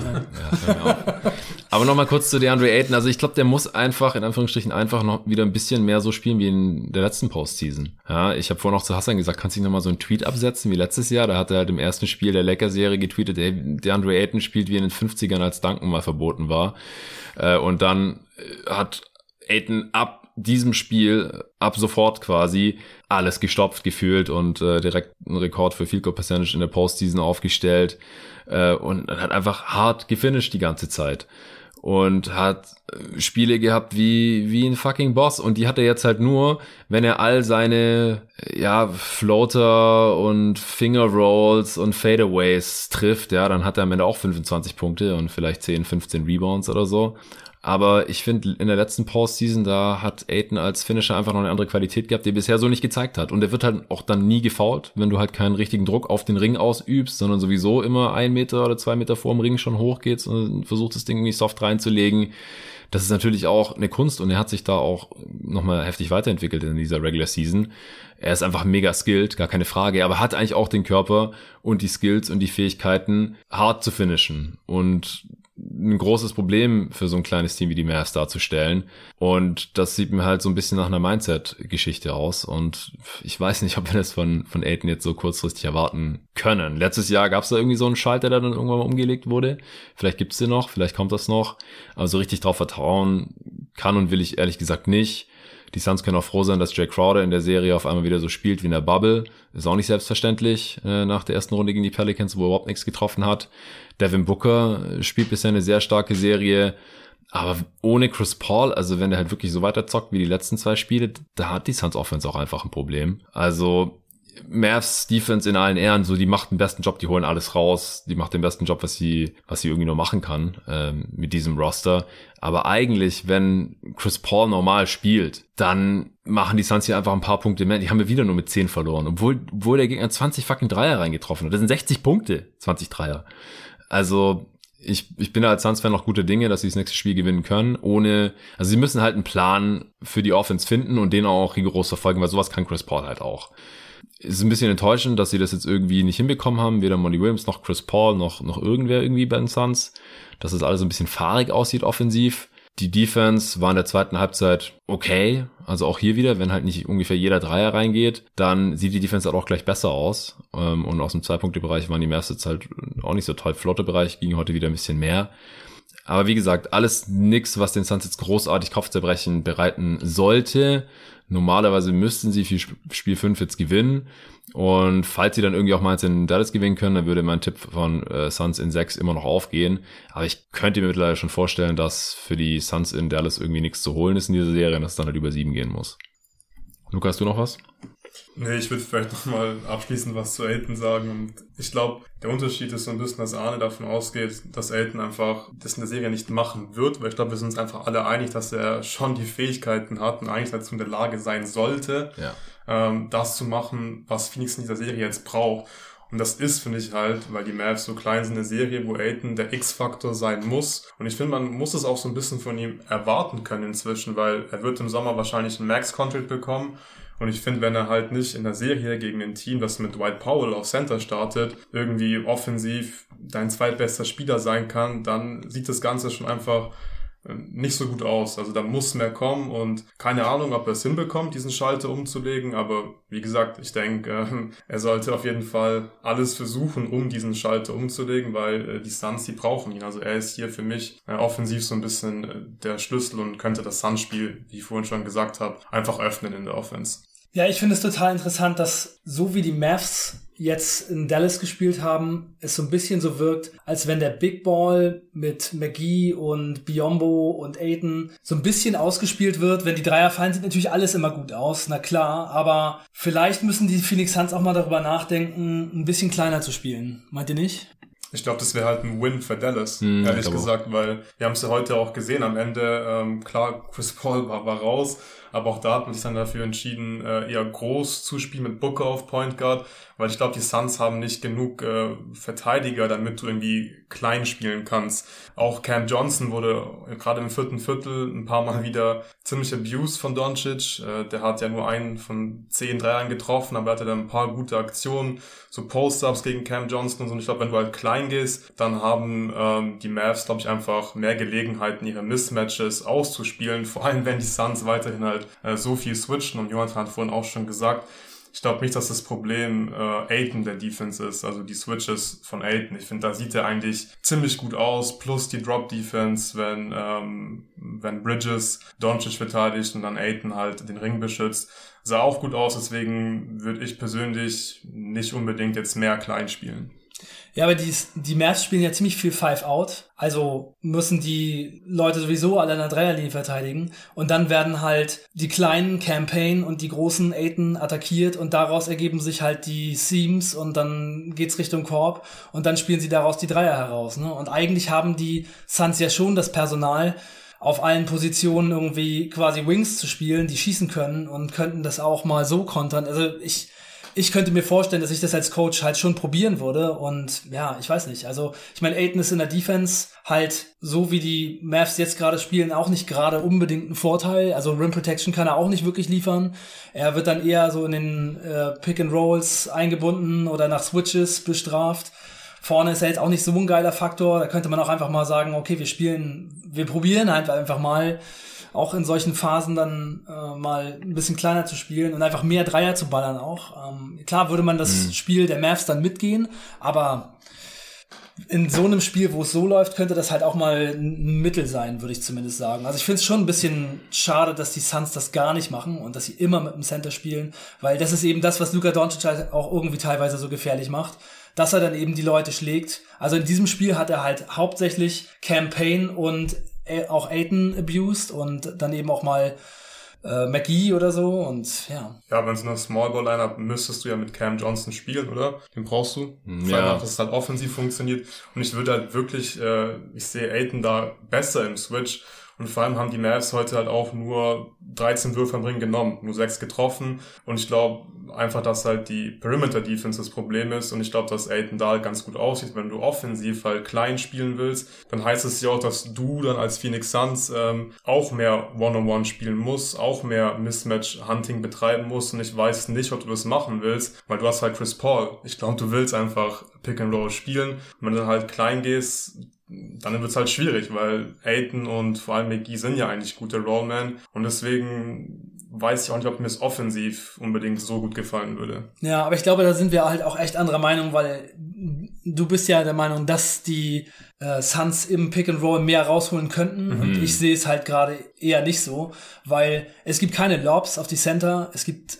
Ja, aber nochmal kurz zu DeAndre Ayton. Also ich glaube, der muss einfach, in Anführungsstrichen, einfach noch wieder ein bisschen mehr so spielen wie in der letzten Postseason. Ja, ich habe vorhin noch zu Hassan gesagt, kannst du nicht nochmal so einen Tweet absetzen wie letztes Jahr? Da hat er halt im ersten Spiel der Lakers-Serie getweetet, DeAndre Ayton spielt wie in den 50ern, als Duncan mal verboten war. Und dann hat Ayton ab diesem Spiel, ab sofort quasi, alles gestopft gefühlt und direkt einen Rekord für Field Goal Percentage in der Postseason aufgestellt und hat einfach hart gefinisht die ganze Zeit. und hat Spiele gehabt wie ein fucking Boss. Und die hat er jetzt halt nur, wenn er all seine Floater und Finger Rolls und Fadeaways trifft, ja, dann hat er am Ende auch 25 Punkte und vielleicht 10, 15 Rebounds oder so. Aber ich finde, in der letzten Postseason, da hat Ayton als Finisher einfach noch eine andere Qualität gehabt, die er bisher so nicht gezeigt hat. Und er wird halt auch dann nie gefoult, wenn du halt keinen richtigen Druck auf den Ring ausübst, sondern sowieso immer 1 Meter oder 2 Meter vor dem Ring schon hochgehst und versucht, das Ding irgendwie soft reinzulegen. Das ist natürlich auch eine Kunst und er hat sich da auch nochmal heftig weiterentwickelt in dieser Regular Season. Er ist einfach mega skilled, gar keine Frage, aber hat eigentlich auch den Körper und die Skills und die Fähigkeiten, hart zu finishen. Und ein großes Problem für so ein kleines Team wie die Mavs darzustellen. Und das sieht mir halt so ein bisschen nach einer Mindset-Geschichte aus. Und ich weiß nicht, ob wir das von Ayton jetzt so kurzfristig erwarten können. Letztes Jahr gab es da irgendwie so einen Schalter, der dann irgendwann mal umgelegt wurde. Vielleicht gibt's den noch, vielleicht kommt das noch. Aber so richtig drauf vertrauen kann und will ich ehrlich gesagt nicht. Die Suns können auch froh sein, dass Jay Crowder in der Serie auf einmal wieder so spielt wie in der Bubble. Ist auch nicht selbstverständlich nach der ersten Runde gegen die Pelicans, wo er überhaupt nichts getroffen hat. Devin Booker spielt bisher eine sehr starke Serie. Aber ohne Chris Paul, also wenn der halt wirklich so weiterzockt wie die letzten 2 Spiele, da hat die Suns Offense auch einfach ein Problem. Also Mavs Defense in allen Ehren, so die macht den besten Job, die holen alles raus, die macht den besten Job, was sie irgendwie nur machen kann mit diesem Roster. Aber eigentlich, wenn Chris Paul normal spielt, dann machen die Suns hier einfach ein paar Punkte mehr. Die haben wir wieder nur mit 10 verloren, obwohl der Gegner 20 fucking Dreier reingetroffen hat. Das sind 60 Punkte, 20 Dreier. Also ich bin da als Suns-Fan noch gute Dinge, dass sie das nächste Spiel gewinnen können, also sie müssen halt einen Plan für die Offense finden und den auch rigoros verfolgen, weil sowas kann Chris Paul halt auch. Es ist ein bisschen enttäuschend, dass sie das jetzt irgendwie nicht hinbekommen haben, weder Monty Williams noch Chris Paul noch irgendwer irgendwie bei den Suns, dass es alles so ein bisschen fahrig aussieht offensiv. Die Defense war in der zweiten Halbzeit okay, also auch hier wieder, wenn halt nicht ungefähr jeder Dreier reingeht, dann sieht die Defense halt auch gleich besser aus. Und aus dem 2-Punkte-Bereich waren die Mavs jetzt halt auch nicht so toll. Flotte-Bereich ging heute wieder ein bisschen mehr. Aber wie gesagt, alles nix, was den Suns jetzt großartig Kopfzerbrechen bereiten sollte. Normalerweise müssten sie für Spiel 5 jetzt gewinnen. Und falls sie dann irgendwie auch mal jetzt in Dallas gewinnen können, dann würde mein Tipp von Suns in 6 immer noch aufgehen. Aber ich könnte mir mittlerweile schon vorstellen, dass für die Suns in Dallas irgendwie nichts zu holen ist in dieser Serie und dass es dann halt über 7 gehen muss. Luca, hast du noch was? Nee, ich würde vielleicht nochmal abschließend was zu Ayton sagen. Und ich glaube, der Unterschied ist so ein bisschen, dass Arne davon ausgeht, dass Ayton einfach das in der Serie nicht machen wird. Weil ich glaube, wir sind uns einfach alle einig, dass er schon die Fähigkeiten hat und eigentlich dazu in der Lage sein sollte, das zu machen, was Phoenix in dieser Serie jetzt braucht. Und das ist, finde ich halt, weil die Mavs so klein sind, eine Serie, wo Ayton der X-Faktor sein muss. Und ich finde, man muss es auch so ein bisschen von ihm erwarten können inzwischen, weil er wird im Sommer wahrscheinlich einen Max-Contract bekommen. Und ich finde, wenn er halt nicht in der Serie gegen ein Team, das mit Dwight Powell auf Center startet, irgendwie offensiv dein zweitbester Spieler sein kann, dann sieht das Ganze schon einfach nicht so gut aus. Also da muss mehr kommen und keine Ahnung, ob er es hinbekommt, diesen Schalter umzulegen. Aber wie gesagt, ich denke, er sollte auf jeden Fall alles versuchen, um diesen Schalter umzulegen, weil die Suns, die brauchen ihn. Also er ist hier für mich offensiv so ein bisschen der Schlüssel und könnte das Suns-Spiel, wie ich vorhin schon gesagt habe, einfach öffnen in der Offense. Ja, ich finde es total interessant, dass so wie die Mavs jetzt in Dallas gespielt haben, es so ein bisschen so wirkt, als wenn der Big Ball mit McGee und Biyombo und Ayton so ein bisschen ausgespielt wird. Wenn die Dreier fallen, sieht natürlich alles immer gut aus, na klar, aber vielleicht müssen die Phoenix Suns auch mal darüber nachdenken, ein bisschen kleiner zu spielen. Meint ihr nicht? Ich glaube, das wäre halt ein Win für Dallas, ehrlich gesagt, weil wir haben es ja heute auch gesehen am Ende. Klar, Chris Paul war raus, aber auch da hat man sich dann dafür entschieden, eher groß zu spielen mit Booker auf Point Guard, weil ich glaube, die Suns haben nicht genug Verteidiger, damit du irgendwie klein spielen kannst. Auch Cam Johnson wurde gerade im 4. Viertel ein paar Mal wieder ziemlich abused von Doncic. Der hat ja nur einen von 10 Dreiern getroffen, aber er hatte dann ein paar gute Aktionen, so Post-Ups gegen Cam Johnson und so. Und ich glaube, wenn du halt klein gehst, dann haben die Mavs, glaube ich, einfach mehr Gelegenheiten, ihre Mismatches auszuspielen, vor allem wenn die Suns weiterhin halt so viel switchen. Und Jonathan hat vorhin auch schon gesagt, ich glaube nicht, dass das Problem Ayton der Defense ist, also die Switches von Ayton. Ich finde, da sieht er eigentlich ziemlich gut aus, plus die Drop-Defense, wenn Bridges Doncic verteidigt und dann Ayton halt den Ring beschützt. Sah auch gut aus, deswegen würde ich persönlich nicht unbedingt jetzt mehr klein spielen. Ja, aber die Mavs spielen ja ziemlich viel Five-Out, also müssen die Leute sowieso alle in der Dreierlinie verteidigen und dann werden halt die kleinen Campaign und die großen Ayton attackiert und daraus ergeben sich halt die Seams und dann geht's Richtung Korb und dann spielen sie daraus die Dreier heraus, ne? Und eigentlich haben die Suns ja schon das Personal, auf allen Positionen irgendwie quasi Wings zu spielen, die schießen können und könnten das auch mal so kontern. Also ich könnte mir vorstellen, dass ich das als Coach halt schon probieren würde und ja, ich weiß nicht. Also ich meine, Ayton ist in der Defense halt so wie die Mavs jetzt gerade spielen auch nicht gerade unbedingt ein Vorteil. Also Rim Protection kann er auch nicht wirklich liefern. Er wird dann eher so in den Pick and Rolls eingebunden oder nach Switches bestraft. Vorne ist er jetzt auch nicht so ein geiler Faktor. Da könnte man auch einfach mal sagen, okay, wir probieren halt einfach mal auch in solchen Phasen dann mal ein bisschen kleiner zu spielen und einfach mehr Dreier zu ballern auch. Klar würde man das Spiel der Mavs dann mitgehen, aber in so einem Spiel, wo es so läuft, könnte das halt auch mal ein Mittel sein, würde ich zumindest sagen. Also ich finde es schon ein bisschen schade, dass die Suns das gar nicht machen und dass sie immer mit dem Center spielen, weil das ist eben das, was Luka Doncic halt auch irgendwie teilweise so gefährlich macht, dass er dann eben die Leute schlägt. Also in diesem Spiel hat er halt hauptsächlich Campaign und auch Ayton abused und dann eben auch mal McGee oder so und ja. Ja, wenn es eine Small-Ball-Line-Up müsstest du ja mit Cam Johnson spielen, oder? Den brauchst du. Vor allem, dass es halt offensiv funktioniert. Und ich würde halt wirklich, ich sehe Ayton da besser im Switch. Und vor allem haben die Mavs heute halt auch nur 13 Würfe am Ring genommen, nur 6 getroffen. Und ich glaube einfach, dass halt die Perimeter-Defense das Problem ist. Und ich glaube, dass Ayton da ganz gut aussieht. Wenn du offensiv halt klein spielen willst, dann heißt es ja auch, dass du dann als Phoenix Suns auch mehr One-on-One spielen musst, auch mehr Mismatch-Hunting betreiben musst. Und ich weiß nicht, ob du das machen willst, weil du hast halt Chris Paul. Ich glaube, du willst einfach Pick-and-Roll spielen. Und wenn du dann halt klein gehst, dann wird's halt schwierig, weil Ayton und vor allem McGee sind ja eigentlich gute Rollmen und deswegen weiß ich auch nicht, ob mir es offensiv unbedingt so gut gefallen würde. Ja, aber ich glaube, da sind wir halt auch echt anderer Meinung, weil du bist ja der Meinung, dass die Suns im Pick and Roll mehr rausholen könnten und ich sehe es halt gerade eher nicht so, weil es gibt keine Lobs auf die Center, es gibt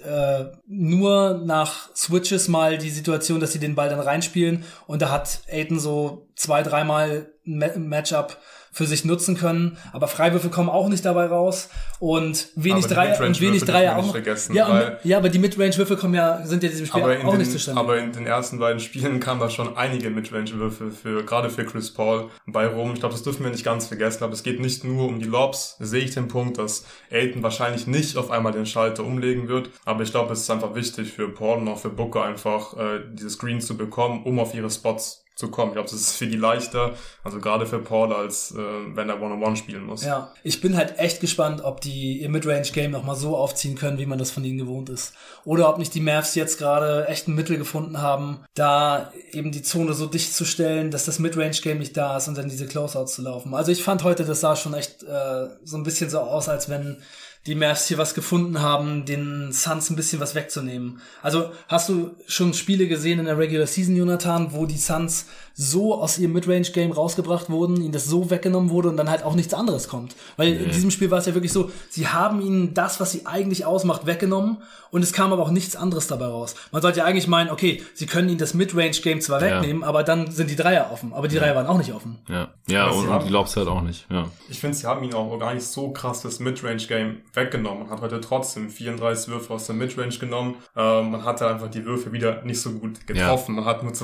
nur nach Switches mal die Situation, dass sie den Ball dann reinspielen und da hat Ayton so 2-3 Mal ein Matchup für sich nutzen können, aber Freiwürfe kommen auch nicht dabei raus und wenig Dreier auch noch. Ja, aber die Midrange-Würfe sind ja in diesem Spiel auch nicht zustande. Aber in den ersten beiden Spielen kamen da schon einige Midrange-Würfe gerade für Chris Paul bei rum. Ich glaube, das dürfen wir nicht ganz vergessen, aber es geht nicht nur um die Lobs. Da sehe ich den Punkt, dass Ayton wahrscheinlich nicht auf einmal den Schalter umlegen wird, aber ich glaube, es ist einfach wichtig für Paul und auch für Booker einfach diese Screens zu bekommen, um auf ihre Spots zu kommen. Ich glaube, das ist für die leichter, also gerade für Paul, als wenn er One-on-One spielen muss. Ja, ich bin halt echt gespannt, ob die ihr Midrange-Game nochmal so aufziehen können, wie man das von ihnen gewohnt ist. Oder ob nicht die Mavs jetzt gerade echt ein Mittel gefunden haben, da eben die Zone so dicht zu stellen, dass das Midrange-Game nicht da ist und dann diese Closeouts zu laufen. Also ich fand heute, das sah schon echt so ein bisschen so aus, als wenn die Mavs hier was gefunden haben, den Suns ein bisschen was wegzunehmen. Also hast du schon Spiele gesehen in der Regular Season, Jonathan, wo die Suns so aus ihrem Midrange-Game rausgebracht wurden, ihnen das so weggenommen wurde und dann halt auch nichts anderes kommt? Weil in diesem Spiel war es ja wirklich so, sie haben ihnen das, was sie eigentlich ausmacht, weggenommen und es kam aber auch nichts anderes dabei raus. Man sollte ja eigentlich meinen, okay, sie können ihnen das Midrange-Game zwar wegnehmen, aber dann sind die Dreier offen. Aber die Dreier waren auch nicht offen. Ja, und die Lobs halt auch nicht. Ja. Ich finde, sie haben ihnen auch gar nicht so krass das Midrange-Game weggenommen. Man hat heute trotzdem 34 Würfe aus der Midrange genommen. Man hatte einfach die Würfe wieder nicht so gut getroffen. Man hat nur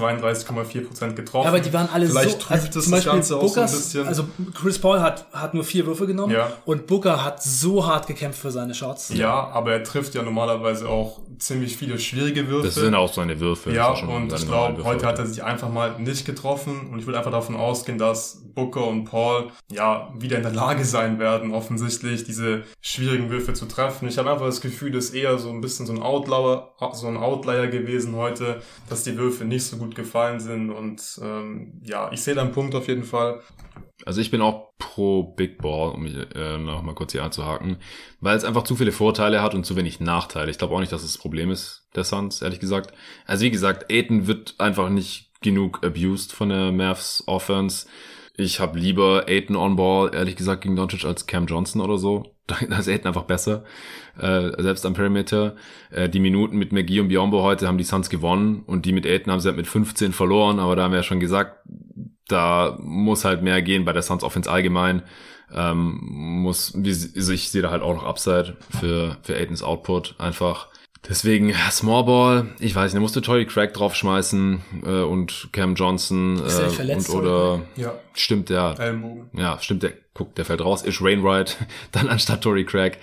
32,4% getroffen. Ja, aber die waren alle Vielleicht so, trübt das Ganze auch so ein bisschen. Also Chris Paul hat nur 4 Würfe genommen und Booker hat so hart gekämpft für seine Shots. Ja, aber er trifft ja normalerweise auch ziemlich viele schwierige Würfe. Das sind auch seine Würfe. Ja, und ich glaube, heute hat er sich einfach mal nicht getroffen und ich würde einfach davon ausgehen, dass Booker und Paul ja wieder in der Lage sein werden, offensichtlich diese schwierigen Würfe zu treffen. Ich habe einfach das Gefühl, das ist eher so ein bisschen so ein Outlier gewesen heute, dass die Würfe nicht so gut gefallen sind und ich sehe da einen Punkt auf jeden Fall. Also ich bin auch pro Big Ball, um mich noch mal kurz hier anzuhaken, weil es einfach zu viele Vorteile hat und zu wenig Nachteile. Ich glaube auch nicht, dass es das Problem ist der Suns, ehrlich gesagt. Also wie gesagt, Ayton wird einfach nicht genug abused von der Mavs Offense. Ich habe lieber Ayton on Ball, ehrlich gesagt, gegen Doncic als Cam Johnson oder so. Da ist Ayton einfach besser, selbst am Perimeter. Die Minuten mit McGee und Biyombo heute haben die Suns gewonnen und die mit Ayton haben sie halt mit 15 verloren, aber da haben wir ja schon gesagt, da muss halt mehr gehen bei der Suns Offense allgemein. Ich sehe da halt auch noch Upside für Aytons Output einfach. Deswegen Small Ball, ich weiß nicht, da musst du Torrey Craig draufschmeißen und Cam Johnson ist der verletzt, oder Ja. Stimmt, ja. Ellenbogen. Ja, stimmt, der fällt raus. Ish Wainwright dann anstatt Torrey Craig.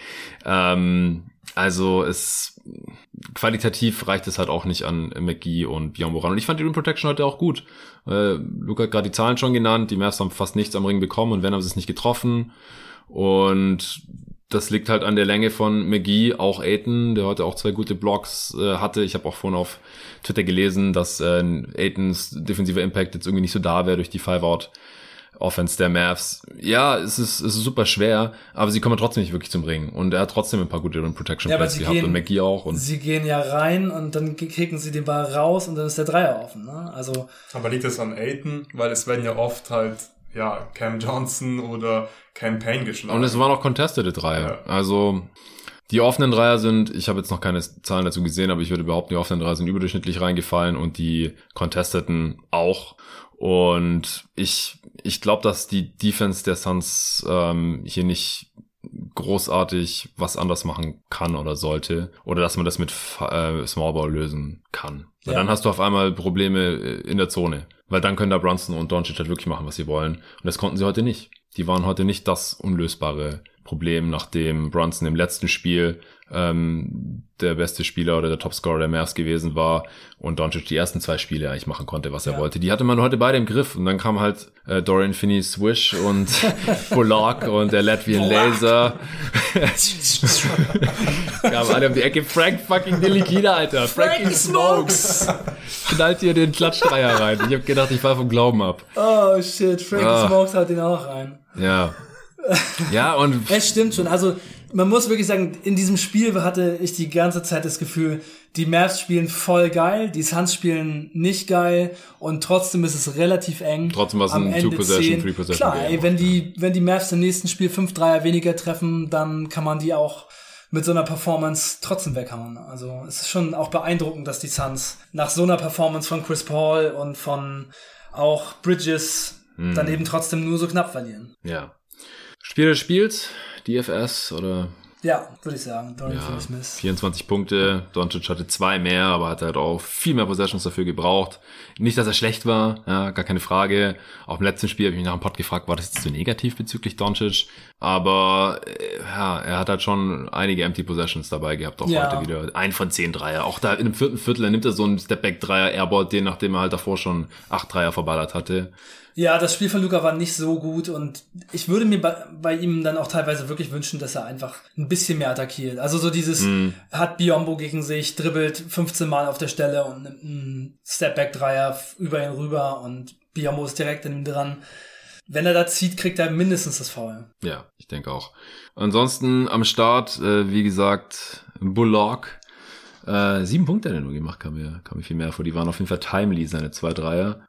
Also qualitativ reicht es halt auch nicht an McGee und Biyombo ran. Und ich fand die Rim Protection heute auch gut. Luca hat gerade die Zahlen schon genannt. Die Mavs haben fast nichts am Ring bekommen und wenn, haben sie es nicht getroffen. Und das liegt halt an der Länge von McGee, auch Ayton, der heute auch 2 gute Blocks hatte. Ich habe auch vorhin auf Twitter gelesen, dass Aytons defensiver Impact jetzt irgendwie nicht so da wäre durch die Five-Out-Offense der Mavs. Ja, es ist super schwer, aber sie kommen trotzdem nicht wirklich zum Ring. Und er hat trotzdem ein paar gute Rim-Protection-Plays gehabt und McGee auch. Und sie gehen ja rein und dann kicken sie den Ball raus und dann ist der Dreier offen. Ne? Also, aber liegt das an Ayton? Weil es werden ja oft halt Cam Johnson oder Cam Payne geschlagen. Und es waren auch contestete Dreier. Ja. Also die offenen Dreier ich habe jetzt noch keine Zahlen dazu gesehen, aber ich würde behaupten, die offenen Dreier sind überdurchschnittlich reingefallen und die contesteten auch. Und ich glaube, dass die Defense der Suns hier nicht großartig was anders machen kann oder sollte. Oder dass man das mit Small Ball lösen kann. Weil dann hast du auf einmal Probleme in der Zone. Weil dann können da Brunson und Doncic halt wirklich machen, was sie wollen. Und das konnten sie heute nicht. Die waren heute nicht das unlösbare Problem, nachdem Brunson im letzten Spiel der beste Spieler oder der Topscorer der Mavs gewesen war und Doncic die ersten 2 Spiele eigentlich machen konnte, was er wollte. Die hatte man heute beide im Griff und dann kam halt Dorian Finney-Swish und Bullock und der Latvian Laser. Kamen alle um die Ecke. Frank fucking Ntilikina, Alter. Frankie Smokes. Knallt hier den Klatschdreier rein. Ich hab gedacht, ich fall vom Glauben ab. Oh shit, Frankie Smokes hat den auch rein. Ja. Ja, und es stimmt schon. Also man muss wirklich sagen, in diesem Spiel hatte ich die ganze Zeit das Gefühl, die Mavs spielen voll geil, die Suns spielen nicht geil und trotzdem ist es relativ eng. Trotzdem war es ein 2-Possession, 3-Possession. Klar, ey, wenn die Mavs im nächsten Spiel 5 Dreier weniger treffen, dann kann man die auch mit so einer Performance trotzdem weghauen. Also es ist schon auch beeindruckend, dass die Suns nach so einer Performance von Chris Paul und von auch Bridges dann eben trotzdem nur so knapp verlieren. Ja. Spiel des Spiels, DFS oder? Ja, würde ich sagen. Dorian Finney-Smith. 24 Punkte, Doncic hatte 2 mehr, aber hat halt auch viel mehr Possessions dafür gebraucht. Nicht, dass er schlecht war, ja, gar keine Frage. Auch im letzten Spiel habe ich mich nach dem Pod gefragt, war das jetzt so negativ bezüglich Doncic? Aber er hat halt schon einige Empty Possessions dabei gehabt, auch heute wieder. 1 von 10 Dreier. Auch da in dem 4. Viertel, da nimmt er so einen Stepback-Dreier, airballt den, nachdem er halt davor schon 8 Dreier verballert hatte. Ja, das Spiel von Luka war nicht so gut und ich würde mir bei ihm dann auch teilweise wirklich wünschen, dass er einfach ein bisschen mehr attackiert. Also so dieses, hat Biyombo gegen sich, dribbelt 15 Mal auf der Stelle und nimmt einen Stepback-Dreier über ihn rüber und Biyombo ist direkt in ihm dran. Wenn er da zieht, kriegt er mindestens das Foul. Ja, ich denke auch. Ansonsten am Start, wie gesagt, Bullock. 7 Punkte hat er nur gemacht, kam mir viel mehr vor. Die waren auf jeden Fall timely, seine 2 Dreier.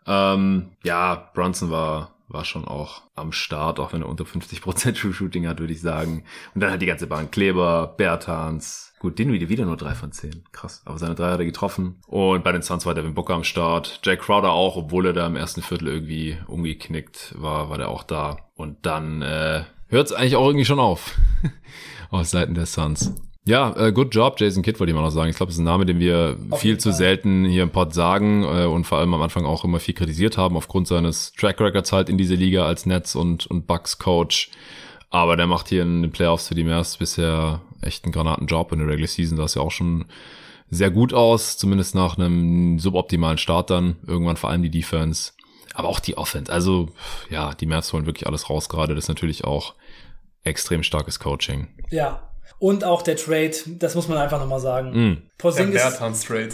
Brunson war schon auch am Start, auch wenn er unter 50% True Shooting hat, würde ich sagen. Und dann hat die ganze Bank Kleber, Bertans. Gut, den wieder nur 3 von 10. Krass. Aber seine 3 hat er getroffen. Und bei den Suns war Devin Booker am Start. Jay Crowder auch, obwohl er da im ersten Viertel irgendwie umgeknickt war der auch da. Und dann hört es eigentlich auch irgendwie schon auf. Auf Seiten der Suns. Ja, good job, Jason Kidd, wollte ich mal noch sagen. Ich glaube, das ist ein Name, den wir viel zu selten hier im Pod sagen und vor allem am Anfang auch immer viel kritisiert haben, aufgrund seines Track Records halt in dieser Liga als Nets und Bucks Coach. Aber der macht hier in den Playoffs für die Mavs bisher echt einen Granatenjob. In der Regular Season sah es ja auch schon sehr gut aus, zumindest nach einem suboptimalen Start dann. Irgendwann vor allem die Defense, aber auch die Offense. Also ja, die Mavs holen wirklich alles raus gerade. Das ist natürlich auch extrem starkes Coaching. Ja. Und auch der Trade, das muss man einfach nochmal sagen. Der Bertans-Trade.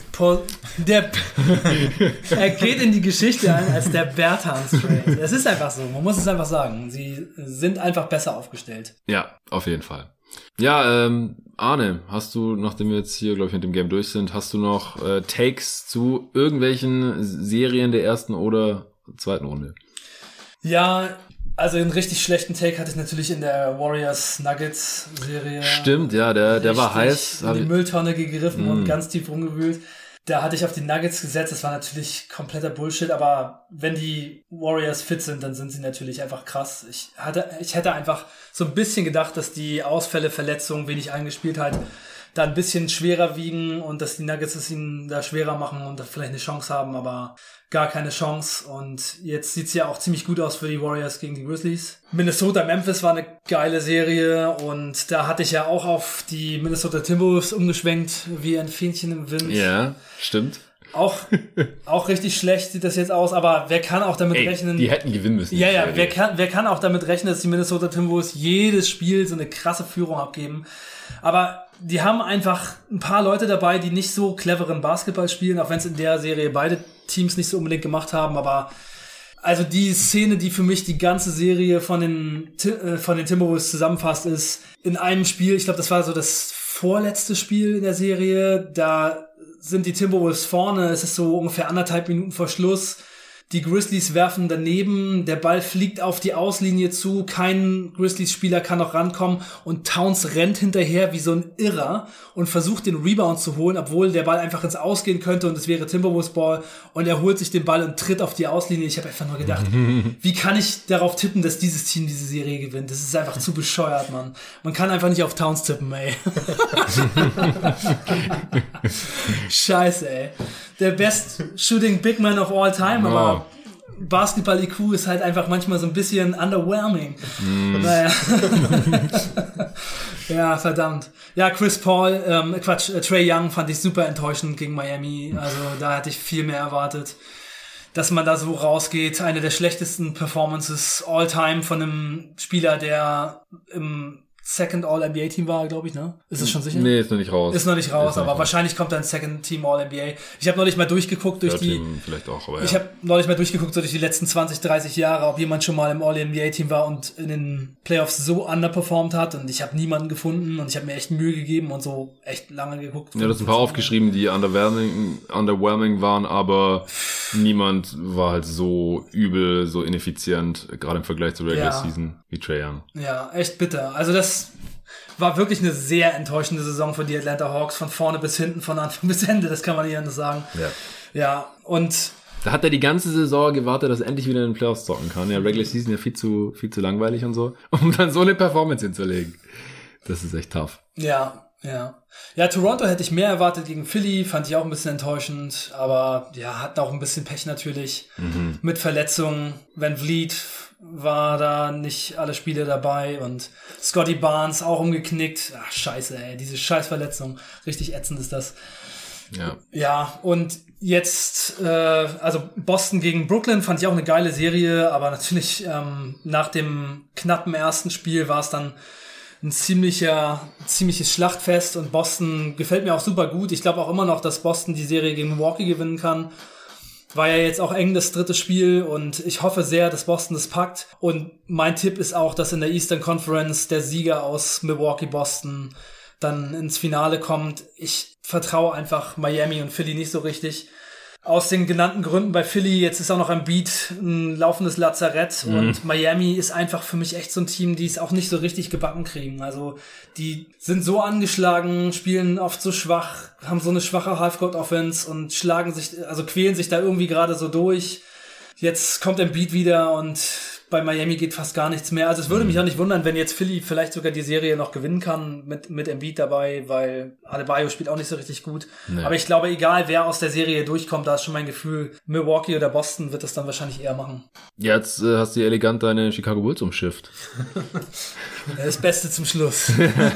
Er geht in die Geschichte ein als der Bertans-Trade. Es ist einfach so, man muss es einfach sagen. Sie sind einfach besser aufgestellt. Ja, auf jeden Fall. Ja, Arne, hast du, nachdem wir jetzt hier, glaube ich, mit dem Game durch sind, hast du noch Takes zu irgendwelchen Serien der ersten oder zweiten Runde? Ja, Also einen richtig schlechten Take hatte ich natürlich in der Warriors-Nuggets-Serie. Stimmt, ja, der war heiß. In die Mülltonne gegriffen und ganz tief rumgewühlt. Da hatte ich auf die Nuggets gesetzt, das war natürlich kompletter Bullshit, aber wenn die Warriors fit sind, dann sind sie natürlich einfach krass. Ich hätte einfach so ein bisschen gedacht, dass die Ausfälle, Verletzungen, wenig Eingespieltheit da ein bisschen schwerer wiegen und dass die Nuggets es ihnen da schwerer machen und da vielleicht eine Chance haben, aber gar keine Chance. Und jetzt sieht's ja auch ziemlich gut aus für die Warriors gegen die Grizzlies. Minnesota-Memphis war eine geile Serie und da hatte ich ja auch auf die Minnesota Timberwolves umgeschwenkt, wie ein Fähnchen im Wind. Ja, stimmt. Auch richtig schlecht sieht das jetzt aus, aber wer kann auch damit rechnen... Die hätten gewinnen müssen. Ja, wer kann auch damit rechnen, dass die Minnesota Timberwolves jedes Spiel so eine krasse Führung abgeben. Aber die haben einfach ein paar Leute dabei, die nicht so cleveren Basketball spielen, auch wenn es in der Serie beide Teams nicht so unbedingt gemacht haben, aber also die Szene, die für mich die ganze Serie von den Timberwolves zusammenfasst, ist in einem Spiel, ich glaube, das war so das vorletzte Spiel in der Serie, da sind die Timberwolves vorne, es ist so ungefähr 1,5 Minuten vor Schluss. Die Grizzlies werfen daneben, der Ball fliegt auf die Auslinie zu, kein Grizzlies-Spieler kann noch rankommen und Towns rennt hinterher wie so ein Irrer und versucht den Rebound zu holen, obwohl der Ball einfach ins Ausgehen könnte und es wäre Timberwolves-Ball und er holt sich den Ball und tritt auf die Auslinie. Ich habe einfach nur gedacht, wie kann ich darauf tippen, dass dieses Team diese Serie gewinnt? Das ist einfach zu bescheuert, Mann. Man kann einfach nicht auf Towns tippen, ey. Scheiße, ey. Der best shooting Big Man of all time, aber Basketball-IQ ist halt einfach manchmal so ein bisschen underwhelming. Naja. Ja, verdammt. Ja, Chris Paul, Trae Young fand ich super enttäuschend gegen Miami. Also da hatte ich viel mehr erwartet. Dass man da so rausgeht. Eine der schlechtesten Performances all time von einem Spieler, der im Second All-NBA-Team war, glaube ich, ne? Ist es schon sicher? Nee, ist noch nicht raus. Aber wahrscheinlich kommt dann Second Team All-NBA. Ich habe neulich mal durchgeguckt durch vielleicht auch, aber Ich habe neulich mal durchgeguckt so durch die letzten 20, 30 Jahre, ob jemand schon mal im All-NBA-Team war und in den Playoffs so underperformed hat und ich habe niemanden gefunden und ich habe mir echt Mühe gegeben und so echt lange geguckt. Ja, du hast ein paar aufgeschrieben, die underwhelming waren, aber niemand war halt so übel, so ineffizient, gerade im Vergleich zur Regular Season wie Trae Young. Ja, echt bitter. Also das war wirklich eine sehr enttäuschende Saison für die Atlanta Hawks, von vorne bis hinten, von Anfang bis Ende, das kann man nicht anders sagen. Ja, und da hat er die ganze Saison gewartet, dass er endlich wieder in den Playoffs zocken kann. Ja, Regular Season ja viel zu langweilig und so, um dann so eine Performance hinzulegen. Das ist echt tough. Ja, Toronto hätte ich mehr erwartet gegen Philly, fand ich auch ein bisschen enttäuschend, aber ja, hatten auch ein bisschen Pech natürlich mit Verletzungen. Van Vliet war da nicht alle Spiele dabei und Scotty Barnes auch umgeknickt. Ach, scheiße, ey, diese Scheißverletzung. Richtig ätzend ist das. Ja, und jetzt, also Boston gegen Brooklyn fand ich auch eine geile Serie, aber natürlich nach dem knappen ersten Spiel war es dann ein ziemliches Schlachtfest und Boston gefällt mir auch super gut. Ich glaube auch immer noch, dass Boston die Serie gegen Milwaukee gewinnen kann. War ja jetzt auch eng das dritte Spiel und ich hoffe sehr, dass Boston das packt. Und mein Tipp ist auch, dass in der Eastern Conference der Sieger aus Milwaukee-Boston dann ins Finale kommt. Ich vertraue einfach Miami und Philly nicht so richtig. Aus den genannten Gründen bei Philly, jetzt ist auch noch Embiid ein laufendes Lazarett und Miami ist einfach für mich echt so ein Team, die es auch nicht so richtig gebacken kriegen. Also die sind so angeschlagen, spielen oft so schwach, haben so eine schwache Half-Court-Offense und quälen sich da irgendwie gerade so durch. Jetzt kommt Embiid wieder und bei Miami geht fast gar nichts mehr. Also es würde mich auch nicht wundern, wenn jetzt Philly vielleicht sogar die Serie noch gewinnen kann mit Embiid dabei, weil Adebayo spielt auch nicht so richtig gut. Nee. Aber ich glaube, egal wer aus der Serie durchkommt, da ist schon mein Gefühl, Milwaukee oder Boston wird das dann wahrscheinlich eher machen. Jetzt hast du elegant deine Chicago Bulls umschifft. Das Beste zum Schluss.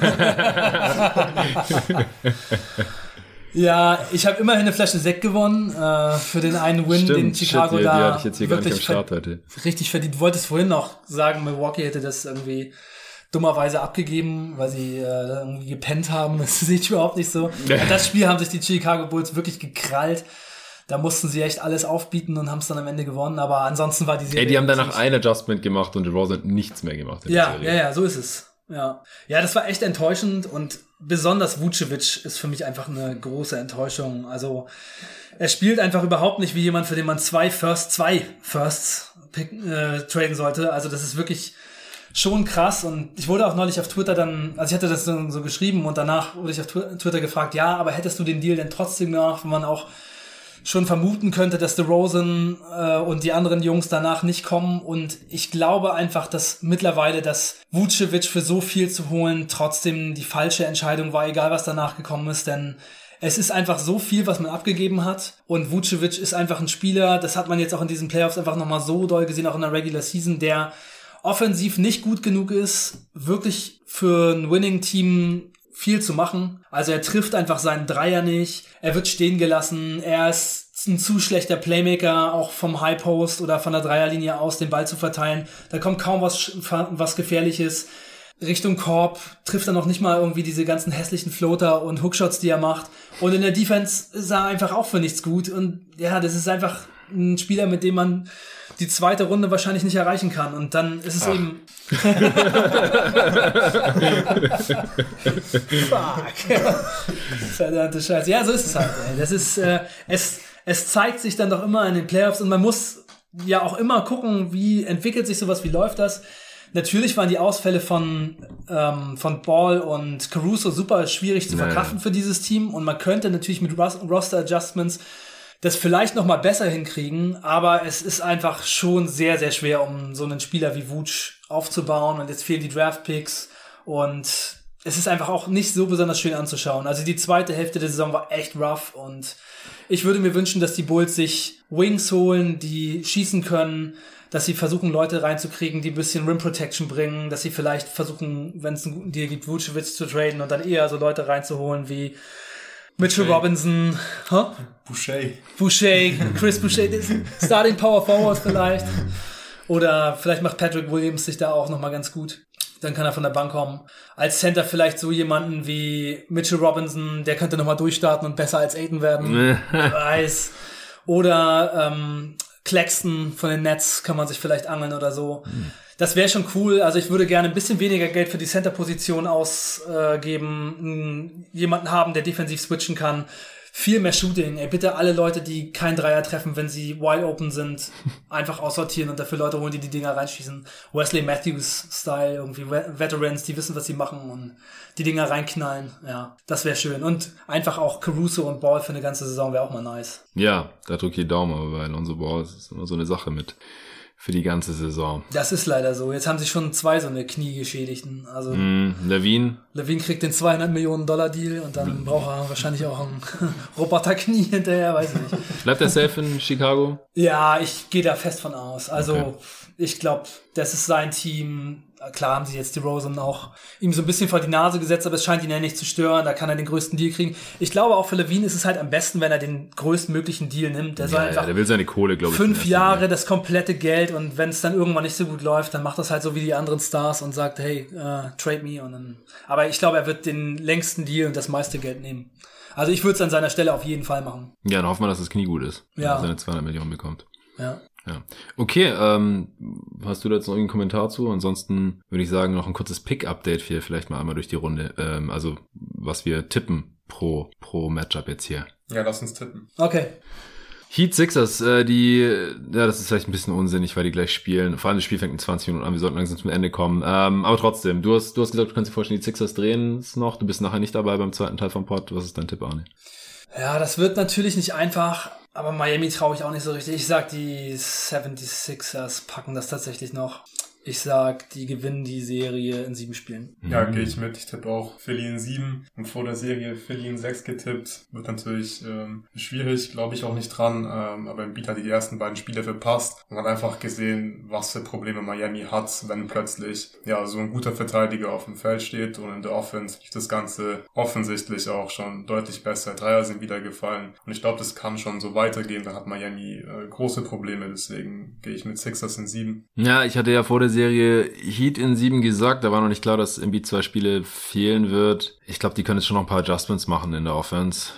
Ja, ich habe immerhin eine Flasche Sekt gewonnen für den einen Win, den Chicago die hatte ich jetzt hier gar nicht am Start heute. Richtig verdient. Du wolltest vorhin noch sagen, Milwaukee hätte das irgendwie dummerweise abgegeben, weil sie irgendwie gepennt haben. Das sehe ich überhaupt nicht so. Das Spiel haben sich die Chicago Bulls wirklich gekrallt. Da mussten sie echt alles aufbieten und haben es dann am Ende gewonnen. Aber ansonsten war die Serie... die haben danach ein Adjustment gemacht und DeRozan nichts mehr gemacht in der Serie. Ja, so ist es. Ja, das war echt enttäuschend und besonders Vucevic ist für mich einfach eine große Enttäuschung. Also er spielt einfach überhaupt nicht wie jemand, für den man zwei Firsts traden sollte. Also das ist wirklich schon krass. Und ich wurde auch neulich auf Twitter ich hatte das so geschrieben und danach wurde ich auf Twitter gefragt, ja, aber hättest du den Deal denn trotzdem gemacht, wenn man auch schon vermuten könnte, dass DeRozan und die anderen Jungs danach nicht kommen. Und ich glaube einfach, dass mittlerweile das Vucevic für so viel zu holen trotzdem die falsche Entscheidung war, egal was danach gekommen ist, denn es ist einfach so viel, was man abgegeben hat. Und Vucevic ist einfach ein Spieler, das hat man jetzt auch in diesen Playoffs einfach nochmal so doll gesehen, auch in der Regular Season, der offensiv nicht gut genug ist, wirklich für ein Winning-Team viel zu machen. Also er trifft einfach seinen Dreier nicht, er wird stehen gelassen, er ist ein zu schlechter Playmaker, auch vom High Post oder von der Dreierlinie aus den Ball zu verteilen. Da kommt kaum was Gefährliches. Richtung Korb trifft er noch nicht mal irgendwie diese ganzen hässlichen Floater und Hookshots, die er macht. Und in der Defense ist er einfach auch für nichts gut. Und ja, das ist einfach ein Spieler, mit dem man die zweite Runde wahrscheinlich nicht erreichen kann. Und dann ist es eben... Fuck. Verdammte Scheiße. Ja, so ist es halt. Ey. Das ist... Es zeigt sich dann doch immer in den Playoffs und man muss ja auch immer gucken, wie entwickelt sich sowas, wie läuft das. Natürlich waren die Ausfälle von Ball und Caruso super schwierig zu verkraften für dieses Team und man könnte natürlich mit Roster-Adjustments das vielleicht noch mal besser hinkriegen, aber es ist einfach schon sehr, sehr schwer, um so einen Spieler wie Vooch aufzubauen und jetzt fehlen die Draft-Picks und es ist einfach auch nicht so besonders schön anzuschauen. Also die zweite Hälfte der Saison war echt rough und ich würde mir wünschen, dass die Bulls sich Wings holen, die schießen können, dass sie versuchen, Leute reinzukriegen, die ein bisschen Rim Protection bringen, dass sie vielleicht versuchen, wenn es einen guten Deal gibt, Vucevic zu traden und dann eher so Leute reinzuholen wie Mitchell Robinson, Boucher, Chris Boucher, Starting Power Forward vielleicht. Oder vielleicht macht Patrick Williams sich da auch nochmal ganz gut. Dann kann er von der Bank kommen. Als Center vielleicht so jemanden wie Mitchell Robinson, der könnte nochmal durchstarten und besser als Ayton werden. Weiß. Oder Claxton von den Nets kann man sich vielleicht angeln oder so. Das wäre schon cool. Also ich würde gerne ein bisschen weniger Geld für die Center-Position ausgeben. Jemanden haben, der defensiv switchen kann. Viel mehr Shooting. Ey, bitte alle Leute, die kein Dreier treffen, wenn sie wide open sind, einfach aussortieren und dafür Leute holen, die Dinger reinschießen. Wesley Matthews-Style, irgendwie Veterans, die wissen, was sie machen und die Dinger reinknallen. Ja, das wäre schön. Und einfach auch Caruso und Ball für eine ganze Saison wäre auch mal nice. Ja, da drücke ich die Daumen, aber bei Lonzo Ball ist es immer so eine Sache mit für die ganze Saison. Das ist leider so. Jetzt haben sie schon 2 so eine Kniegeschädigten. Also Levine kriegt den $200 Millionen Deal und dann braucht er wahrscheinlich auch ein Roboterknie hinterher, weiß ich nicht. Bleibt er safe in Chicago? Ja, ich gehe da fest von aus. Also ich glaube, das ist sein Team. Klar haben sie jetzt DeRozan auch ihm so ein bisschen vor die Nase gesetzt, aber es scheint ihn ja nicht zu stören. Da kann er den größten Deal kriegen. Ich glaube, auch für Levine ist es halt am besten, wenn er den größtmöglichen Deal nimmt. Der soll einfach der will seine Kohle, glaube ich. 5 Jahre, das komplette Geld und wenn es dann irgendwann nicht so gut läuft, dann macht das halt so wie die anderen Stars und sagt, hey, trade me. Und dann. Aber ich glaube, er wird den längsten Deal und das meiste Geld nehmen. Also ich würde es an seiner Stelle auf jeden Fall machen. Ja, dann hoffen wir, dass das Knie gut ist, wenn er seine 200 Millionen bekommt. Ja. Okay, hast du da jetzt noch irgendeinen Kommentar zu? Ansonsten würde ich sagen, noch ein kurzes Pick-Update hier vielleicht mal einmal durch die Runde. Also was wir tippen pro Matchup jetzt hier. Ja, lass uns tippen. Okay. Heat Sixers, das ist vielleicht ein bisschen unsinnig, weil die gleich spielen. Vor allem das Spiel fängt in 20 Minuten an, wir sollten langsam zum Ende kommen. Aber trotzdem, du hast gesagt, du kannst dir vorstellen, die Sixers drehen es noch. Du bist nachher nicht dabei beim zweiten Teil vom Pod. Was ist dein Tipp, Arne? Ja, das wird natürlich nicht einfach. Aber Miami traue ich auch nicht so richtig. Ich sag, die 76ers packen das tatsächlich noch. Ich sag, die gewinnen die Serie in 7 Spielen. Ja, gehe ich mit. Ich tippe auch Philly in 7 und vor der Serie Philly in 6 getippt. Wird natürlich schwierig, glaube ich auch nicht dran. Aber Embiid hat die ersten beiden Spiele verpasst und hat einfach gesehen, was für Probleme Miami hat, wenn plötzlich so ein guter Verteidiger auf dem Feld steht und in der Offense lief das Ganze offensichtlich auch schon deutlich besser. Dreier sind wieder gefallen und ich glaube, das kann schon so weitergehen. Da hat Miami große Probleme, deswegen gehe ich mit Sixers in 7. Ja, ich hatte ja vor der Serie Heat in 7 gesagt, da war noch nicht klar, dass Embiid 2 Spiele fehlen wird. Ich glaube, die können jetzt schon noch ein paar Adjustments machen in der Offense.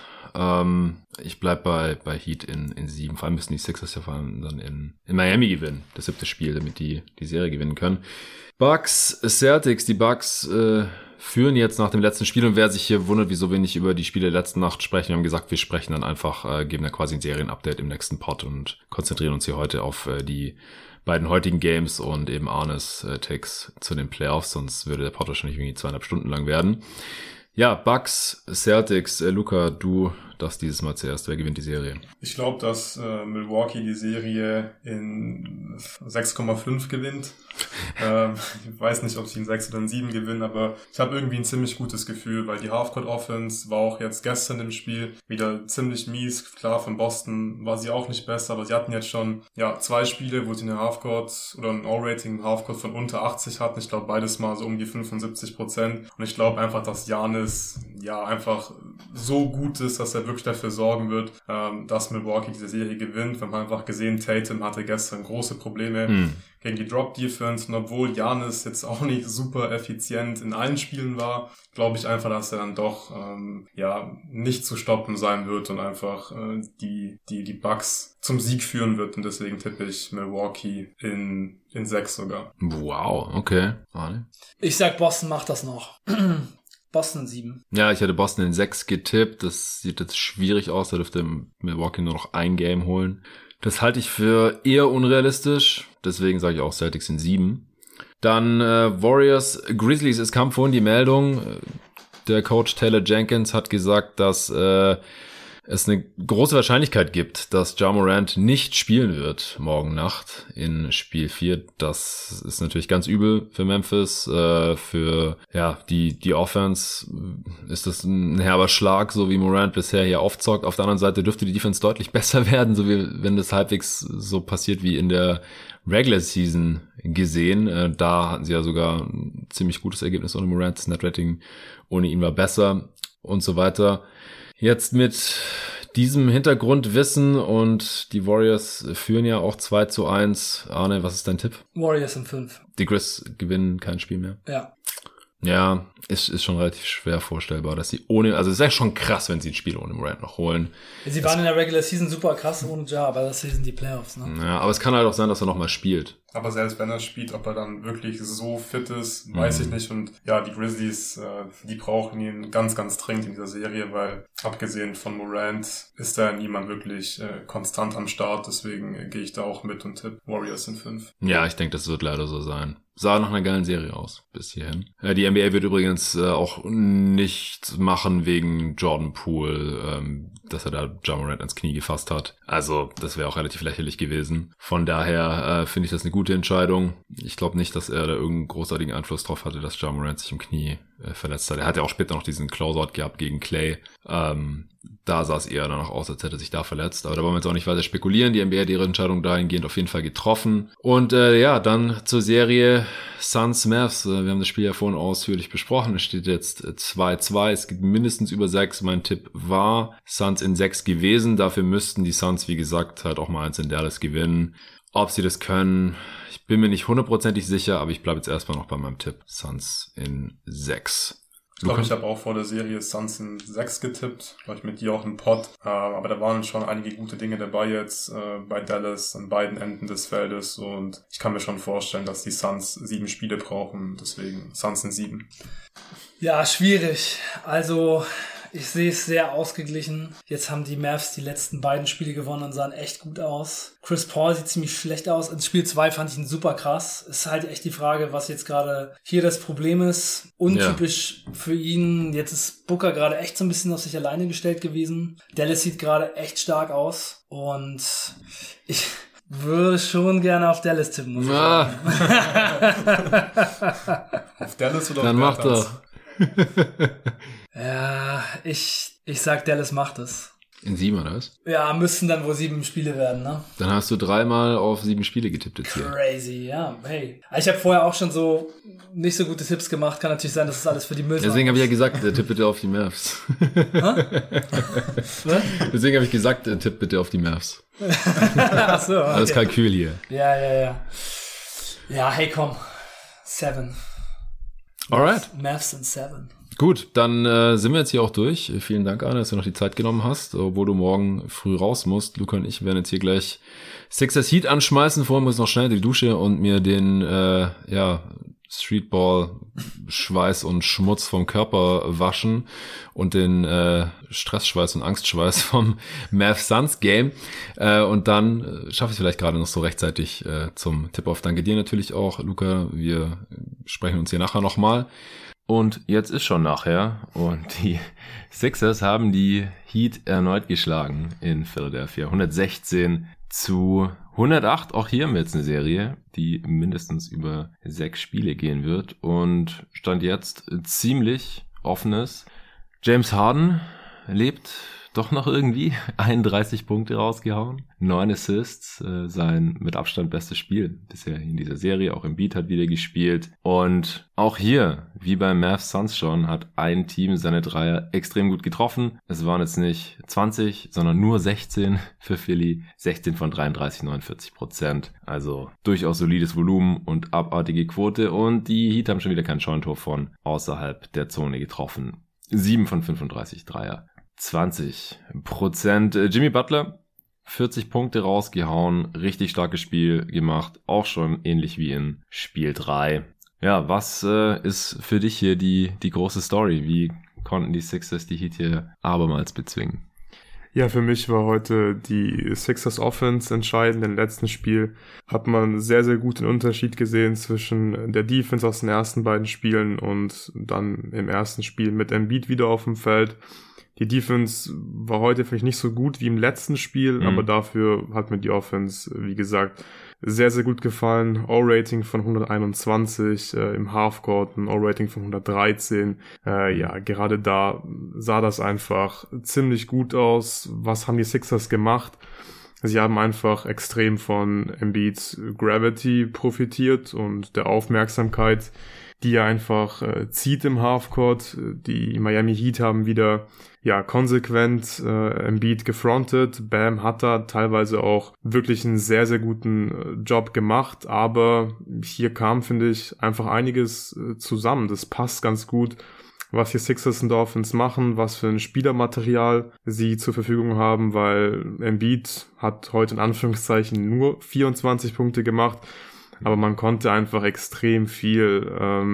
Ich bleib bei Heat in 7. Vor allem müssen die Sixers ja vor allem dann in Miami gewinnen, das 7. Spiel, damit die Serie gewinnen können. Bucks, Celtics, die Bucks führen jetzt nach dem letzten Spiel und wer sich hier wundert, wieso wir nicht über die Spiele der letzten Nacht sprechen, wir haben gesagt, wir sprechen dann einfach, geben da quasi ein Serienupdate im nächsten Pod und konzentrieren uns hier heute auf die beiden heutigen Games und eben Arnes Takes zu den Playoffs, sonst würde der Pod wahrscheinlich irgendwie 2,5 Stunden lang werden. Ja, Bucks, Celtics, Luca, du darfst dieses Mal zuerst. Wer gewinnt die Serie? Ich glaube, dass Milwaukee die Serie in 6,5 gewinnt. Ich weiß nicht, ob sie in 6 oder in 7 gewinnen, aber ich habe irgendwie ein ziemlich gutes Gefühl, weil die Halfcourt-Offense war auch jetzt gestern im Spiel wieder ziemlich mies. Klar, von Boston war sie auch nicht besser, aber sie hatten jetzt schon 2 Spiele, wo sie eine Halfcourt oder ein All-Rating im Halfcourt von unter 80 hatten. Ich glaube, beides mal so um die 75%. Und ich glaube einfach, dass Giannis einfach so gut ist, dass er wirklich dafür sorgen wird, dass Milwaukee diese Serie gewinnt. Wir haben einfach gesehen, Tatum hatte gestern große Probleme gegen die Drop-Defense und obwohl Giannis jetzt auch nicht super effizient in allen Spielen war, glaube ich einfach, dass er dann doch nicht zu stoppen sein wird und einfach die Bucks zum Sieg führen wird und deswegen tippe ich Milwaukee in 6 sogar. Wow, okay. Arne? Ich sag, Boston macht das noch. Boston 7. Ja, ich hatte Boston in 6 getippt. Das sieht jetzt schwierig aus. Da dürfte Milwaukee nur noch ein Game holen. Das halte ich für eher unrealistisch. Deswegen sage ich auch Celtics in 7. Dann Warriors, Grizzlies. Es kam vorhin die Meldung. Der Coach Taylor Jenkins hat gesagt, dass es eine große Wahrscheinlichkeit gibt, dass Ja Morant nicht spielen wird morgen Nacht in Spiel 4. Das ist natürlich ganz übel für Memphis. Für die Offense ist das ein herber Schlag, so wie Morant bisher hier aufzockt. Auf der anderen Seite dürfte die Defense deutlich besser werden, so wie wenn das halbwegs so passiert wie in der Regular Season gesehen. Da hatten sie ja sogar ein ziemlich gutes Ergebnis ohne Morant. Das Net-Rating ohne ihn war besser und so weiter. Jetzt mit diesem Hintergrundwissen und die Warriors führen ja auch 2-1. Arne, was ist dein Tipp? Warriors in 5. Die Grizz gewinnen kein Spiel mehr. Ja. Ja, ist schon relativ schwer vorstellbar, dass sie ohne, also es wäre schon krass, wenn sie ein Spiel ohne Morant noch holen. Sie waren in der Regular Season super krass ohne Ja, aber das hier sind die Playoffs, ne? Ja, aber es kann halt auch sein, dass er nochmal spielt. Aber selbst wenn er spielt, ob er dann wirklich so fit ist, weiß ich nicht. Und ja, die Grizzlies, die brauchen ihn ganz, ganz dringend in dieser Serie, weil abgesehen von Morant ist da niemand wirklich konstant am Start. Deswegen gehe ich da auch mit und tippe Warriors in 5. Ja, ich denke, das wird leider so sein. Sah nach einer geilen Serie aus, bis hierhin. Die NBA wird übrigens auch nicht machen wegen Jordan Poole, dass er da Ja Morant ans Knie gefasst hat. Also, das wäre auch relativ lächerlich gewesen. Von daher finde ich das eine gute Entscheidung. Ich glaube nicht, dass er da irgendeinen großartigen Einfluss drauf hatte, dass Ja Morant sich im Knie verletzt hat. Er hat ja auch später noch diesen Closeout gehabt gegen Clay. Da sah es eher danach aus, als hätte er sich da verletzt. Aber da wollen wir jetzt auch nicht weiter spekulieren. Die NBA hat ihre Entscheidung dahingehend auf jeden Fall getroffen. Und dann zur Serie Suns Mavs. Wir haben das Spiel ja vorhin ausführlich besprochen. Es steht jetzt 2-2. Es gibt mindestens über 6. Mein Tipp war Suns in 6 gewesen. Dafür müssten die Suns, wie gesagt, halt auch mal eins in Dallas gewinnen. Ob sie das können, ich bin mir nicht hundertprozentig sicher, aber ich bleibe jetzt erstmal noch bei meinem Tipp. Suns in 6. Ich glaube, ich habe auch vor der Serie Suns in 6 getippt, glaube ich mit dir auch im Pod. Aber da waren schon einige gute Dinge dabei jetzt bei Dallas an beiden Enden des Feldes und ich kann mir schon vorstellen, dass die Suns 7 Spiele brauchen, deswegen Suns in 7. Ja, schwierig. Also ich sehe es sehr ausgeglichen. Jetzt haben die Mavs die letzten beiden Spiele gewonnen und sahen echt gut aus. Chris Paul sieht ziemlich schlecht aus. In Spiel 2 fand ich ihn super krass. Ist halt echt die Frage, was jetzt gerade hier das Problem ist. Untypisch für ihn. Jetzt ist Booker gerade echt so ein bisschen auf sich alleine gestellt gewesen. Dallas sieht gerade echt stark aus. Und ich würde schon gerne auf Dallas tippen, muss ich sagen. Auf Dallas oder dann auf macht er. Ja, ich sag, Dallas macht es. In 7 oder was? Ja, müssten dann wohl 7 Spiele werden, ne? Dann hast du 3-mal auf 7 Spiele getippt jetzt hier. Crazy, ja, hey. Ich habe vorher auch schon so nicht so gute Tipps gemacht. Kann natürlich sein, dass das alles für die Mülltonne ist. Deswegen habe ich ja gesagt, tipp bitte auf die Mavs. Deswegen habe ich gesagt, tipp bitte auf die Mavs. Ach so, okay. Alles Kalkül hier. Ja. Ja, hey, komm. 7. Alright. Mavs in 7. Gut, dann sind wir jetzt hier auch durch. Vielen Dank, Arne, dass du noch die Zeit genommen hast, obwohl du morgen früh raus musst. Luca und ich werden jetzt hier gleich Sixers Heat anschmeißen. Vorher muss ich noch schnell in die Dusche und mir den Streetball, Schweiß und Schmutz vom Körper waschen und den Stressschweiß und Angstschweiß vom Mavs Suns Game. Und dann schaffe ich es vielleicht gerade noch so rechtzeitig zum Tip-Off. Danke dir natürlich auch, Luca. Wir sprechen uns hier nachher nochmal. Und jetzt ist schon nachher und die Sixers haben die Heat erneut geschlagen in Philadelphia. 116-108. Auch hier haben wir jetzt eine Serie, die mindestens über 6 Spiele gehen wird und Stand jetzt ziemlich offenes. James Harden lebt doch noch irgendwie 31 Punkte rausgehauen, 9 Assists, sein mit Abstand bestes Spiel bisher in dieser Serie. Auch Embiid hat wieder gespielt und auch hier, wie beim Mavs Suns schon, hat ein Team seine Dreier extrem gut getroffen. Es waren jetzt nicht 20, sondern nur 16 für Philly, 16 von 33, 49%. Also durchaus solides Volumen und abartige Quote und die Heat haben schon wieder kein Scheuntor von außerhalb der Zone getroffen. 7 von 35 Dreier. 20%. Jimmy Butler, 40 Punkte rausgehauen, richtig starkes Spiel gemacht, auch schon ähnlich wie in Spiel 3. Ja, was ist für dich hier die große Story? Wie konnten die Sixers die Heat hier abermals bezwingen? Ja, für mich war heute die Sixers Offense entscheidend. Im letzten Spiel hat man sehr, sehr gut den Unterschied gesehen zwischen der Defense aus den ersten beiden Spielen und dann im ersten Spiel mit Embiid wieder auf dem Feld. Die Defense war heute vielleicht nicht so gut wie im letzten Spiel, aber dafür hat mir die Offense, wie gesagt, sehr, sehr gut gefallen. O-Rating von 121, im Halfcourt ein O-Rating von 113. Ja, gerade da sah das einfach ziemlich gut aus. Was haben die Sixers gemacht? Sie haben einfach extrem von Embiids Gravity profitiert und der Aufmerksamkeit, die er einfach zieht im Halfcourt. Die Miami Heat haben wieder konsequent Embiid gefrontet. Bam hat da teilweise auch wirklich einen sehr, sehr guten Job gemacht, aber hier kam, finde ich, einfach einiges zusammen. Das passt ganz gut, was die Sixers und Dolphins machen, was für ein Spielermaterial sie zur Verfügung haben, weil Embiid hat heute in Anführungszeichen nur 24 Punkte gemacht, aber man konnte einfach extrem viel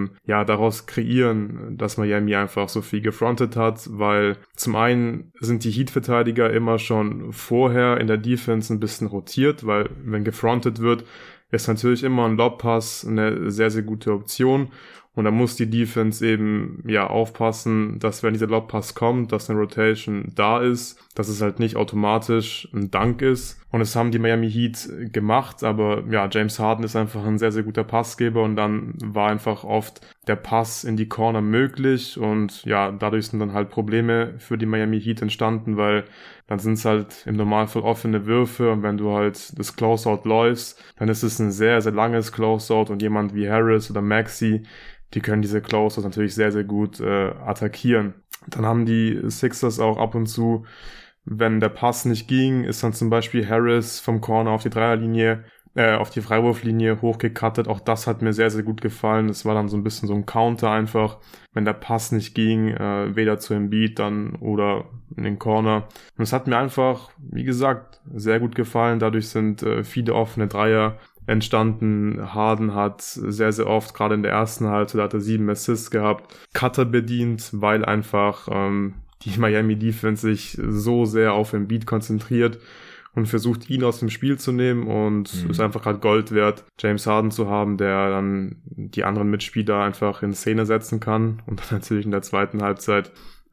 daraus kreieren, dass Miami einfach so viel gefrontet hat, weil zum einen sind die Heat-Verteidiger immer schon vorher in der Defense ein bisschen rotiert, weil wenn gefrontet wird, ist natürlich immer ein Lobpass eine sehr, sehr gute Option. Und da muss die Defense eben aufpassen, dass wenn dieser Lobpass kommt, dass eine Rotation da ist, dass es halt nicht automatisch ein Dunk ist. Und das haben die Miami Heat gemacht, aber James Harden ist einfach ein sehr, sehr guter Passgeber und dann war einfach oft der Pass in die Corner möglich und dadurch sind dann halt Probleme für die Miami Heat entstanden, weil dann sind es halt im Normalfall offene Würfe und wenn du halt das Closeout läufst, dann ist es ein sehr, sehr langes Closeout und jemand wie Harris oder Maxey, die können diese Closeouts natürlich sehr, sehr gut attackieren. Dann haben die Sixers auch ab und zu, wenn der Pass nicht ging, ist dann zum Beispiel Harris vom Corner auf die Dreierlinie, auf die Freiwurflinie hochgekattet. Auch das hat mir sehr, sehr gut gefallen. Das war dann so ein bisschen so ein Counter einfach, wenn der Pass nicht ging, weder zu Embiid dann oder in den Corner. Und es hat mir einfach, wie gesagt, sehr gut gefallen. Dadurch sind viele offene Dreier entstanden. Harden hat sehr, sehr oft, gerade in der ersten Halbzeit, hat er 7 Assists gehabt, Cutter bedient, weil einfach die Miami Defense sich so sehr auf Embiid konzentriert und versucht, ihn aus dem Spiel zu nehmen und ist einfach halt Gold wert, James Harden zu haben, der dann die anderen Mitspieler einfach in Szene setzen kann und dann natürlich in der zweiten Halbzeit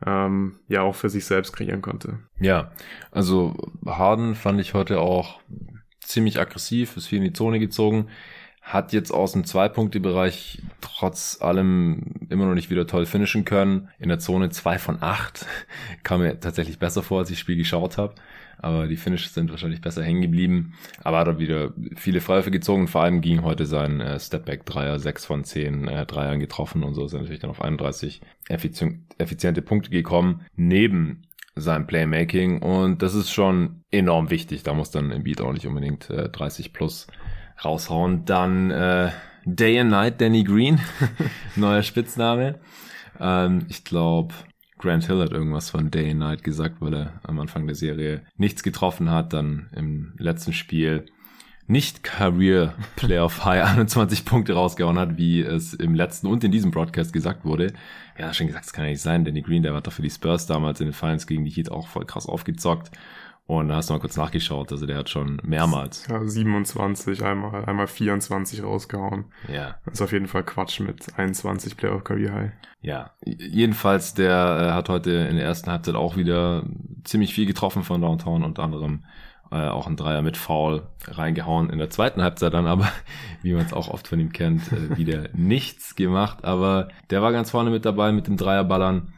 auch für sich selbst kreieren konnte. Ja, also Harden fand ich heute auch ziemlich aggressiv, ist viel in die Zone gezogen, hat jetzt aus dem 2-Punkte-Bereich trotz allem immer noch nicht wieder toll finishen können. In der Zone 2 von 8 kam mir tatsächlich besser vor, als ich das Spiel geschaut habe. Aber die Finishes sind wahrscheinlich besser hängen geblieben. Aber hat er wieder viele Freiwürfe gezogen. Vor allem ging heute sein Stepback-Dreier, 6 von 10 Dreiern getroffen und so ist er natürlich dann auf 31 effiziente Punkte gekommen. Neben sein Playmaking und das ist schon enorm wichtig. Da muss dann Embiid auch nicht unbedingt 30 plus raushauen. Dann Day and Night Danny Green, neuer Spitzname. Ich glaube, Grant Hill hat irgendwas von Day and Night gesagt, weil er am Anfang der Serie nichts getroffen hat. Dann im letzten Spiel nicht Career Playoff High 21 Punkte rausgehauen hat, wie es im letzten und in diesem Broadcast gesagt wurde. Ja, schon gesagt, das kann ja nicht sein. Danny Green, der war doch für die Spurs damals in den Finals gegen die Heat auch voll krass aufgezockt. Und da hast du mal kurz nachgeschaut, also der hat schon mehrmals. Ja, 27, einmal 24 rausgehauen. Ja. Das ist auf jeden Fall Quatsch mit 21 Playoff Career High. Ja, jedenfalls, der hat heute in der ersten Halbzeit auch wieder ziemlich viel getroffen von Downtown, unter anderem auch ein Dreier mit Foul reingehauen. In der zweiten Halbzeit dann aber, wie man es auch oft von ihm kennt, wieder nichts gemacht. Aber der war ganz vorne mit dabei mit dem Dreierballern.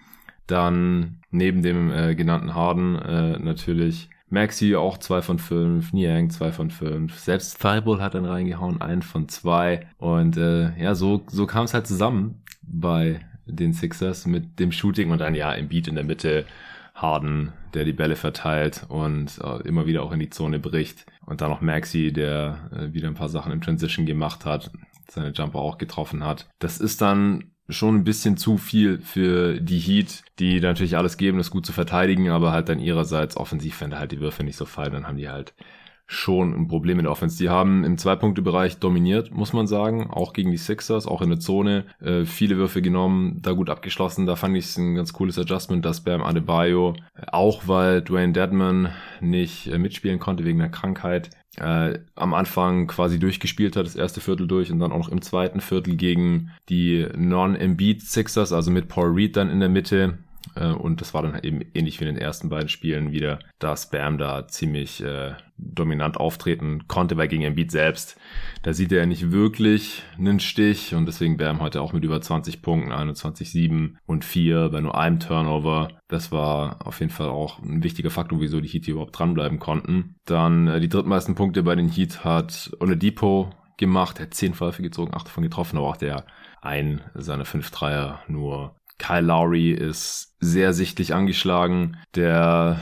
Dann neben dem genannten Harden natürlich Maxey auch 2 von 5, Niang 2 von 5, selbst Thibault hat dann reingehauen, 1 von 2 und ja, so kam es halt zusammen bei den Sixers mit dem Shooting und dann ja Embiid in der Mitte, Harden, der die Bälle verteilt und immer wieder auch in die Zone bricht und dann noch Maxey, der wieder ein paar Sachen im Transition gemacht hat, seine Jumper auch getroffen hat. Das ist dann schon ein bisschen zu viel für die Heat, die natürlich alles geben, das gut zu verteidigen, aber halt dann ihrerseits offensiv, wenn da halt die Würfe nicht so fallen, dann haben die halt schon ein Problem in der Offense. Die haben im 2-Punkte-Bereich dominiert, muss man sagen, auch gegen die Sixers, auch in der Zone, viele Würfe genommen, da gut abgeschlossen. Da fand ich es ein ganz cooles Adjustment, dass Bam Adebayo, auch weil Dwayne Dedmon nicht mitspielen konnte wegen der Krankheit, am Anfang quasi durchgespielt hat, das erste Viertel durch und dann auch noch im zweiten Viertel gegen die Non-Embiid Sixers, also mit Paul Reed dann in der Mitte. Und das war dann eben ähnlich wie in den ersten beiden Spielen wieder, dass Bam da ziemlich dominant auftreten konnte, weil gegen Embiid selbst, da sieht er ja nicht wirklich einen Stich und deswegen Bam heute auch mit über 20 Punkten, 21, 7 und 4 bei nur einem Turnover. Das war auf jeden Fall auch ein wichtiger Faktor, wieso die Heat hier überhaupt dranbleiben konnten. Dann die drittmeisten Punkte bei den Heat hat Oladipo gemacht, er hat 10 Würfe gezogen, 8 davon getroffen, aber auch der seiner 5 Dreier nur. Kyle Lowry ist sehr sichtlich angeschlagen. Der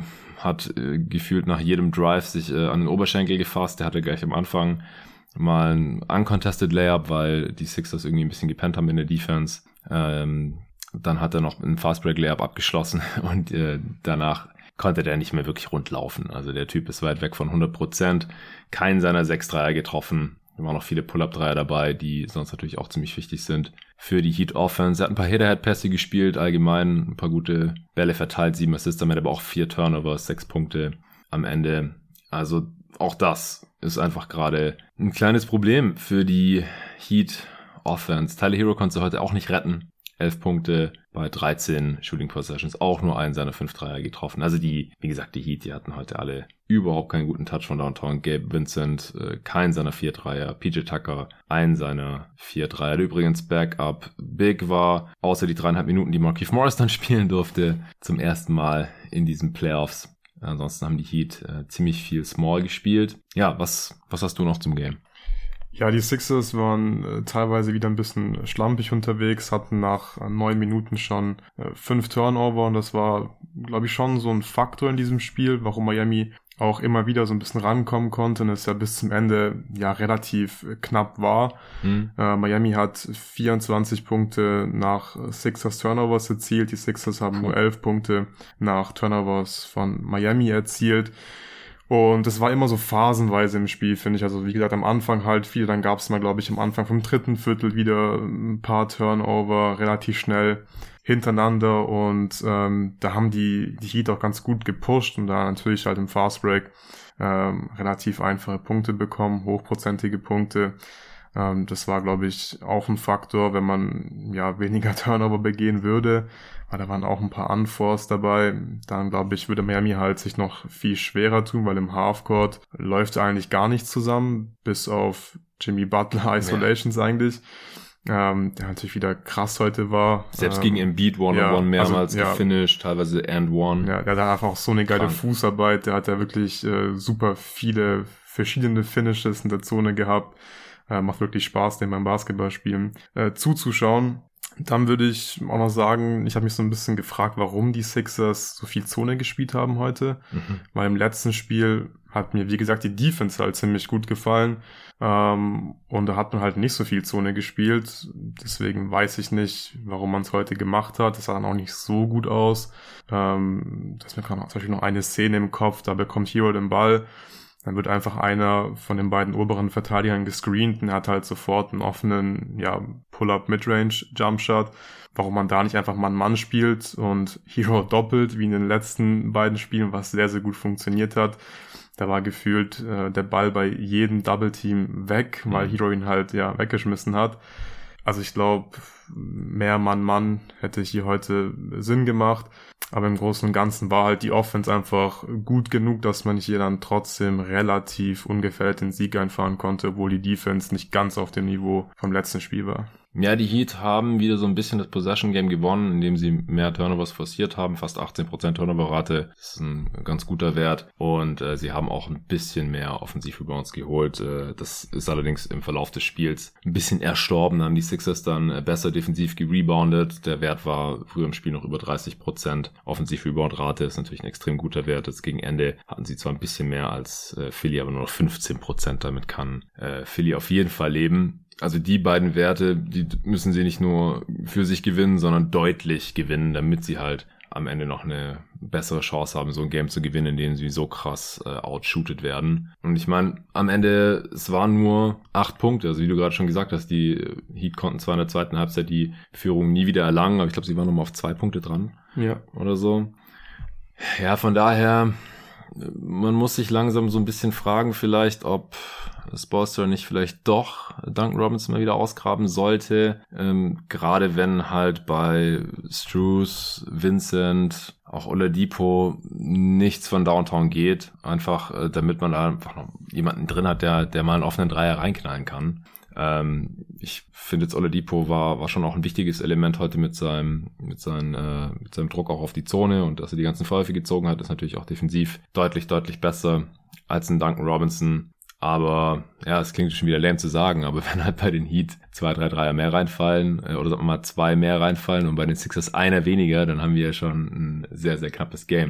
hat gefühlt nach jedem Drive sich an den Oberschenkel gefasst. Der hatte gleich am Anfang mal ein uncontested Layup, weil die Sixers irgendwie ein bisschen gepennt haben in der Defense. Dann hat er noch einen Fastbreak Layup abgeschlossen und danach konnte der nicht mehr wirklich rund laufen. Also der Typ ist weit weg von 100%. Keinen seiner 6 Dreier getroffen. Da waren noch viele Pull-Up-Dreier dabei, die sonst natürlich auch ziemlich wichtig sind für die Heat-Offense. Er hat ein paar Head-to-Head-Pässe gespielt, allgemein ein paar gute Bälle verteilt, 7 Assists, damit aber auch 4 Turnovers, 6 Punkte am Ende. Also auch das ist einfach gerade ein kleines Problem für die Heat-Offense. Tyler Hero konnte heute auch nicht retten. 11 Punkte bei 13 Shooting Possessions, auch nur einen seiner 5 Dreier getroffen. Also wie gesagt, die Heat, die hatten heute alle überhaupt keinen guten Touch von Downtown. Gabe Vincent, keinen seiner 4 Dreier. PJ Tucker, einen seiner 4 Dreier. Der übrigens Backup Big war, außer die 3,5 Minuten, die Markieff Morris dann spielen durfte, zum ersten Mal in diesen Playoffs. Ansonsten haben die Heat ziemlich viel Small gespielt. Ja, was hast du noch zum Game? Ja, die Sixers waren teilweise wieder ein bisschen schlampig unterwegs, hatten nach 9 Minuten schon 5 Turnover und das war, glaube ich, schon so ein Faktor in diesem Spiel, warum Miami auch immer wieder so ein bisschen rankommen konnte und es ja bis zum Ende ja relativ knapp war. Miami hat 24 Punkte nach Sixers Turnovers erzielt, die Sixers haben nur 11 Punkte nach Turnovers von Miami erzielt. Und das war immer so phasenweise im Spiel, finde ich. Also wie gesagt, am Anfang halt viel, dann gab es mal, glaube ich, am Anfang vom 3. Viertel wieder ein paar Turnover relativ schnell hintereinander und da haben die Heat auch ganz gut gepusht und da natürlich halt im Fastbreak relativ einfache Punkte bekommen, hochprozentige Punkte. Das war, glaube ich, auch ein Faktor, wenn man ja weniger Turnover begehen würde. Aber da waren auch ein paar Unforced dabei. Dann, glaube ich, würde Miami halt sich noch viel schwerer tun, weil im Halfcourt läuft eigentlich gar nichts zusammen, bis auf Jimmy Butler Isolations eigentlich. Der natürlich wieder krass heute war. Selbst gegen Embiid One-on-One mehrmals gefinisht, teilweise and one. Ja, der hat einfach auch so eine geile Fußarbeit. Der hat ja wirklich super viele verschiedene Finishes in der Zone gehabt. Macht wirklich Spaß, dem beim Basketballspielen zuzuschauen. Dann würde ich auch noch sagen, ich habe mich so ein bisschen gefragt, warum die Sixers so viel Zone gespielt haben heute. Weil im letzten Spiel hat mir, wie gesagt, die Defense halt ziemlich gut gefallen. Und da hat man halt nicht so viel Zone gespielt. Deswegen weiß ich nicht, warum man es heute gemacht hat. Das sah dann auch nicht so gut aus. Da ist mir gerade zum Beispiel noch eine Szene im Kopf, da bekommt Hero den Ball. dann wird einfach einer von den beiden oberen Verteidigern gescreent und hat halt sofort einen offenen, Pull-up Midrange-Jumpshot. Warum man da nicht einfach Mann-Mann spielt und Hero doppelt, wie in den letzten beiden Spielen, was sehr, sehr gut funktioniert hat. Da war gefühlt der Ball bei jedem Double-Team weg, weil Hero ihn halt weggeschmissen hat. Also ich glaube, mehr Mann-Mann hätte hier heute Sinn gemacht. Aber im Großen und Ganzen war halt die Offense einfach gut genug, dass man hier dann trotzdem relativ ungefährdet den Sieg einfahren konnte, obwohl die Defense nicht ganz auf dem Niveau vom letzten Spiel war. Ja, die Heat haben wieder so ein bisschen das Possession-Game gewonnen, indem sie mehr Turnovers forciert haben, fast 18% Turnover-Rate, das ist ein ganz guter Wert und sie haben auch ein bisschen mehr Offensiv-Rebounds geholt, das ist allerdings im Verlauf des Spiels ein bisschen erstorben, haben die Sixers dann besser defensiv gereboundet, der Wert war früher im Spiel noch über 30%, Offensiv-Rebound-Rate ist natürlich ein extrem guter Wert, jetzt gegen Ende hatten sie zwar ein bisschen mehr als Philly, aber nur noch 15%, damit kann Philly auf jeden Fall leben. Also die beiden Werte, die müssen sie nicht nur für sich gewinnen, sondern deutlich gewinnen, damit sie halt am Ende noch eine bessere Chance haben, so ein Game zu gewinnen, in dem sie so krass outshootet werden. Und ich meine, am Ende, es waren nur 8 Punkte. Also wie du gerade schon gesagt hast, die Heat konnten zwar in der zweiten Halbzeit die Führung nie wieder erlangen, aber ich glaube, sie waren nochmal auf 2 Punkte dran. Ja. Oder so. Ja, von daher, man muss sich langsam so ein bisschen fragen vielleicht, ob Spoelstra nicht vielleicht doch Duncan Robinson mal wieder ausgraben sollte. Gerade wenn halt bei Strus, Vincent, auch Oladipo nichts von Downtown geht. Einfach, damit man da einfach noch jemanden drin hat, der mal einen offenen Dreier reinknallen kann. Ich finde jetzt Oladipo war schon auch ein wichtiges Element heute mit seinem Druck auch auf die Zone und dass er die ganzen Vorwürfe gezogen hat, ist natürlich auch defensiv deutlich besser als ein Duncan Robinson. Aber ja, es klingt schon wieder lame zu sagen, aber wenn halt bei den Heat 2-3 Dreier mehr reinfallen oder sagen wir mal 2 mehr reinfallen und bei den Sixers einer weniger, dann haben wir ja schon ein sehr, sehr knappes Game.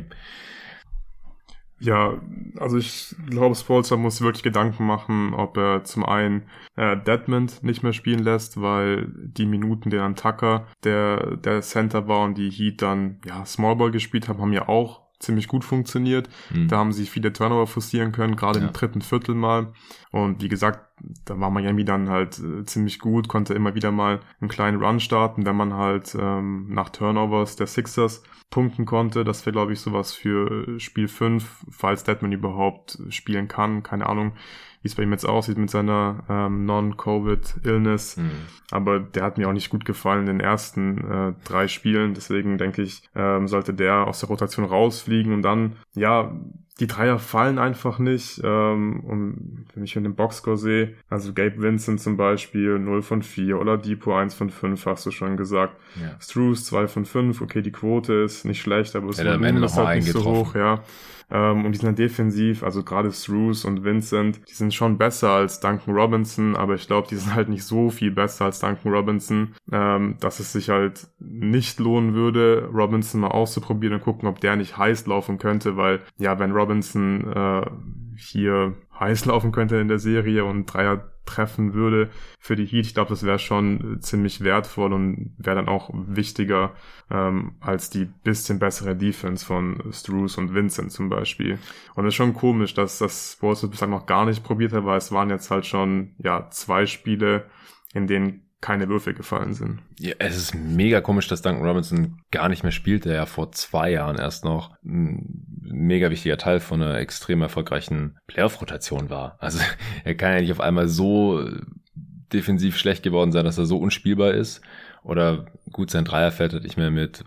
Ja, also ich glaube, Spoelstra muss wirklich Gedanken machen, ob er zum einen Dedmon nicht mehr spielen lässt, weil die Minuten, die dann Tucker der Center war und die Heat dann Smallball gespielt haben ja auch ziemlich gut funktioniert. Da haben sie viele Turnover forcieren können, gerade im dritten Viertel mal. Und wie gesagt, da war Miami dann halt ziemlich gut, konnte immer wieder mal einen kleinen Run starten, wenn man halt nach Turnovers der Sixers punkten konnte. Das wäre, glaube ich, sowas für Spiel 5, falls Dedmon überhaupt spielen kann. Keine Ahnung, wie es bei ihm jetzt aussieht mit seiner Non-Covid-Illness. Aber der hat mir auch nicht gut gefallen in den ersten 3 Spielen. Deswegen denke ich, sollte der aus der Rotation rausfliegen und dann, die Dreier fallen einfach nicht. Und wenn ich in den Boxscore sehe, also Gabe Vincent zum Beispiel 0 von 4, Oladipo 1 von 5, hast du schon gesagt. Ja. Strus 2 von 5, okay, die Quote ist nicht schlecht, aber es ist am Ende noch mal halt nicht so hoch, und die sind dann defensiv, also gerade Strus und Vincent, die sind schon besser als Duncan Robinson, aber ich glaube, die sind halt nicht so viel besser als Duncan Robinson, dass es sich halt nicht lohnen würde, Robinson mal auszuprobieren und gucken, ob der nicht heiß laufen könnte, weil, wenn Robinson hier heiß laufen könnte in der Serie und Dreier treffen würde für die Heat, ich glaube, das wäre schon ziemlich wertvoll und wäre dann auch wichtiger als die bisschen bessere Defense von Strus und Vincent zum Beispiel. Und es ist schon komisch, dass das Spoelstra bislang noch gar nicht probiert hat, weil es waren jetzt halt schon 2 Spiele, in denen keine Würfel gefallen sind. Ja, es ist mega komisch, dass Duncan Robinson gar nicht mehr spielt, der ja vor 2 Jahren erst noch ein mega wichtiger Teil von einer extrem erfolgreichen Playoff-Rotation war. Also er kann ja nicht auf einmal so defensiv schlecht geworden sein, dass er so unspielbar ist. Oder gut, sein Dreier fällt halt nicht mehr mit,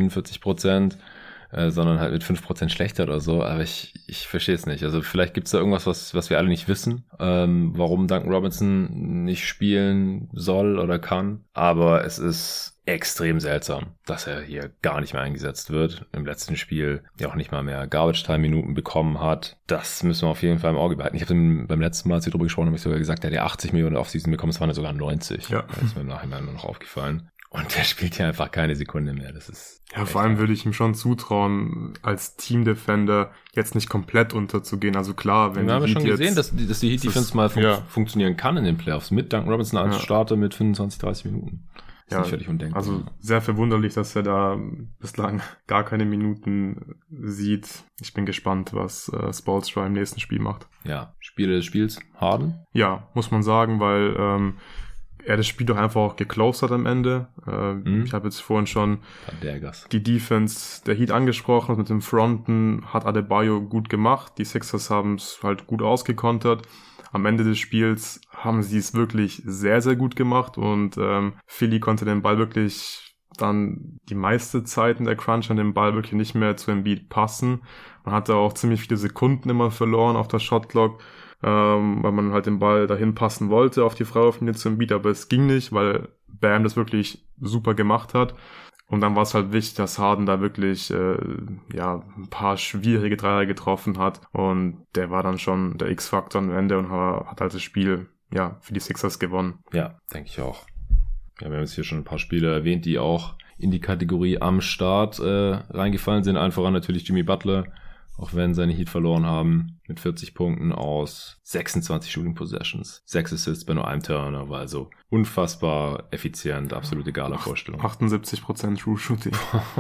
45%, sondern halt mit 5% schlechter oder so, aber ich verstehe es nicht. Also vielleicht gibt es da irgendwas, was wir alle nicht wissen, warum Duncan Robinson nicht spielen soll oder kann, aber es ist extrem seltsam, dass er hier gar nicht mehr eingesetzt wird. Im letzten Spiel ja auch nicht mal mehr Garbage-Time-Minuten bekommen hat. Das müssen wir auf jeden Fall im Auge behalten. Ich habe beim letzten Mal, als wir drüber gesprochen haben, sogar gesagt, er hat ja 80 Millionen Offseason bekommen, es waren ja sogar 90. Ja. Das ist mir im Nachhinein nur noch aufgefallen. Und der spielt ja einfach keine Sekunde mehr. Das ist vor allem würde ich ihm schon zutrauen, als Team-Defender jetzt nicht komplett unterzugehen. Also klar, wenn wir haben ja schon gesehen, dass die Heat-Defense mal funktionieren kann in den Playoffs mit Duncan Robinson als Starter mit 25, 30 Minuten. ist nicht völlig undenkbar. Also sehr verwunderlich, dass er da bislang gar keine Minuten sieht. Ich bin gespannt, was Spoelstra im nächsten Spiel macht. Ja, Spieler des Spiels, Harden? Ja, muss man sagen, weil er das Spiel doch einfach auch geclosed hat am Ende. Ich habe jetzt vorhin schon die Defense der Heat angesprochen. Mit dem Fronten hat Adebayo gut gemacht. Die Sixers haben es halt gut ausgekontert. Am Ende des Spiels haben sie es wirklich sehr, sehr gut gemacht und Philly konnte den Ball wirklich dann die meiste Zeit in der Crunch an den Ball wirklich nicht mehr zu Embiid passen. Man hatte auch ziemlich viele Sekunden immer verloren auf der Shotclock, weil man halt den Ball dahin passen wollte auf die Freiwurflinie zu Embiid, aber es ging nicht, weil Bam das wirklich super gemacht hat. Und dann war es halt wichtig, dass Harden da wirklich ein paar schwierige Dreier getroffen hat. Und der war dann schon der X-Faktor am Ende und hat halt das Spiel für die Sixers gewonnen. Ja, denke ich auch. Ja, wir haben jetzt hier schon ein paar Spieler erwähnt, die auch in die Kategorie am Start reingefallen sind. Allen voran natürlich Jimmy Butler, auch wenn seine Heat verloren haben, mit 40 Punkten aus 26 Shooting Possessions. 6 Assists bei nur einem Turnover, also unfassbar effizient, absolute Gala-Vorstellung. 78% True Shooting.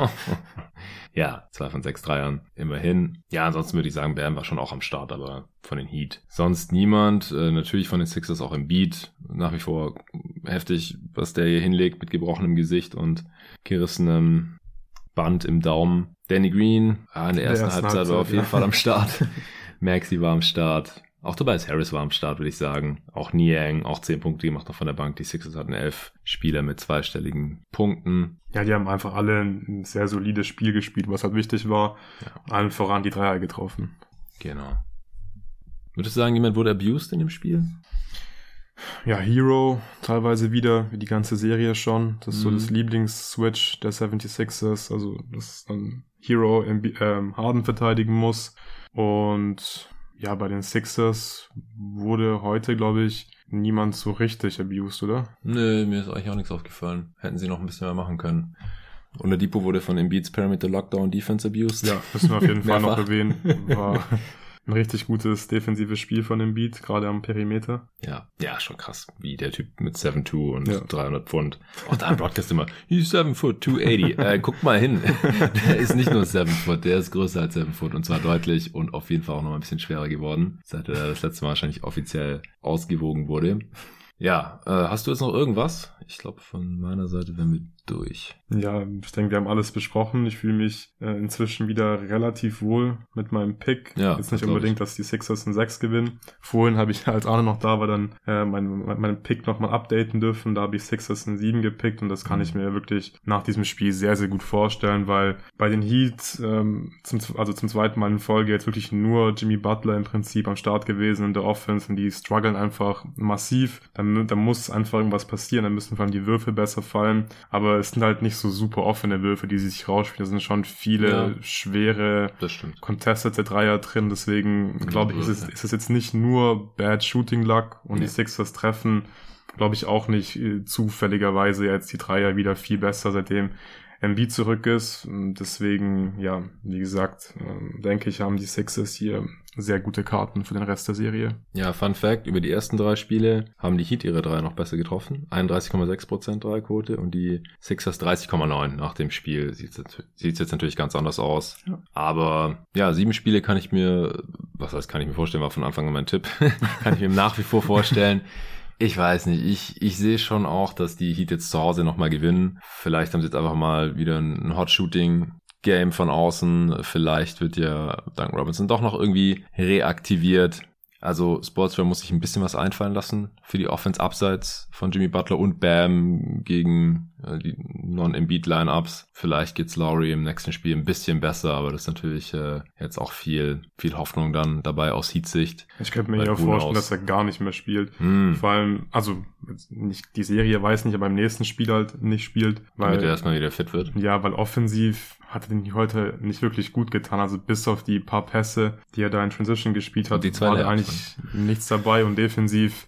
Ja, 2 von 6 Dreiern, immerhin. Ja, ansonsten würde ich sagen, Bam war schon auch am Start, aber von den Heat sonst niemand. Natürlich von den Sixers auch Embiid. Nach wie vor heftig, was der hier hinlegt mit gebrochenem Gesicht und gerissenem Band im Daumen. Danny Green, in der ersten Halbzeit war auf jeden Fall am Start. Maxey war am Start. Auch Tobias Harris war am Start, würde ich sagen. Auch Niang, auch 10 Punkte gemacht noch von der Bank. Die Sixers hatten 11 Spieler mit zweistelligen Punkten. Ja, die haben einfach alle ein sehr solides Spiel gespielt, was halt wichtig war. Ja. Allen voran die Dreier getroffen. Genau. Würdest du sagen, jemand wurde abused in dem Spiel? Ja, Hero teilweise wieder, wie die ganze Serie schon. Das ist so das Lieblings-Switch der 76ers. Also, dass dann Hero Harden verteidigen muss. Und ja, bei den Sixers wurde heute, glaube ich, niemand so richtig abused, oder? Nö, mir ist eigentlich auch nichts aufgefallen. Hätten sie noch ein bisschen mehr machen können. Oladipo wurde von Embiids Perimeter Lockdown Defense abused. Ja, müssen wir auf jeden Fall noch erwähnen. War ein richtig gutes defensives Spiel von Embiid, gerade am Perimeter. Ja, schon krass, wie der Typ mit 7'2" und 300 Pfund. Auch da im Broadcast immer, he's 7 foot, 280. Guck mal hin. Der ist nicht nur 7 foot, der ist größer als 7 foot und zwar deutlich und auf jeden Fall auch noch ein bisschen schwerer geworden, seit er das letzte Mal wahrscheinlich offiziell ausgewogen wurde. Ja, hast du jetzt noch irgendwas? Ich glaube, von meiner Seite wären wir durch. Ja, ich denke, wir haben alles besprochen. Ich fühle mich inzwischen wieder relativ wohl mit meinem Pick. Ja, jetzt nicht unbedingt, dass die Sixers ein 6 gewinnen. Vorhin habe ich, als Arne noch da war, dann meinen Pick nochmal updaten dürfen. Da habe ich Sixers ein 7 gepickt und das kann ich mir wirklich nach diesem Spiel sehr, sehr gut vorstellen, weil bei den Heat zum zweiten Mal in Folge jetzt wirklich nur Jimmy Butler im Prinzip am Start gewesen in der Offense und die strugglen einfach massiv. Da muss einfach irgendwas passieren, dann müssen vor allem die Würfe besser fallen, aber es sind halt nicht so super offene Würfe, die sie sich rausspielen. Da sind schon viele schwere contested Dreier drin, deswegen glaube ich, ist es jetzt nicht nur Bad Shooting Luck und die Sixers treffen, glaube ich auch nicht zufälligerweise jetzt die Dreier wieder viel besser, seitdem Embiid zurück ist. Deswegen, ja, wie gesagt, denke ich, haben die Sixers hier sehr gute Karten für den Rest der Serie. Ja, Fun Fact, über die ersten 3 Spiele haben die Heat ihre Dreier noch besser getroffen. 31,6% Dreierquote und die Sixers 30,9%. Nach dem Spiel sieht's jetzt natürlich ganz anders aus. Ja. Aber ja, 7 Spiele kann ich mir vorstellen, war von Anfang an mein Tipp, kann ich mir nach wie vor vorstellen. Ich weiß nicht, ich sehe schon auch, dass die Heat jetzt zu Hause nochmal gewinnen. Vielleicht haben sie jetzt einfach mal wieder ein Hot-Shooting-Game von außen. Vielleicht wird ja Duncan Robinson doch noch irgendwie reaktiviert. Also Spoelstra muss sich ein bisschen was einfallen lassen für die Offense abseits von Jimmy Butler und Bam gegen die Non-Embiid-Lineups. Vielleicht geht's Lowry im nächsten Spiel ein bisschen besser, aber das ist natürlich jetzt auch viel Hoffnung dann dabei aus Heat-Sicht. Ich könnte mir ja vorstellen, dass er gar nicht mehr spielt. Vor allem, also nicht die Serie weiß nicht, aber im nächsten Spiel halt nicht spielt. Damit er erstmal wieder fit wird. Ja, weil offensiv hat er den heute nicht wirklich gut getan. Also bis auf die paar Pässe, die er da in Transition gespielt hat, war da eigentlich nichts dabei und defensiv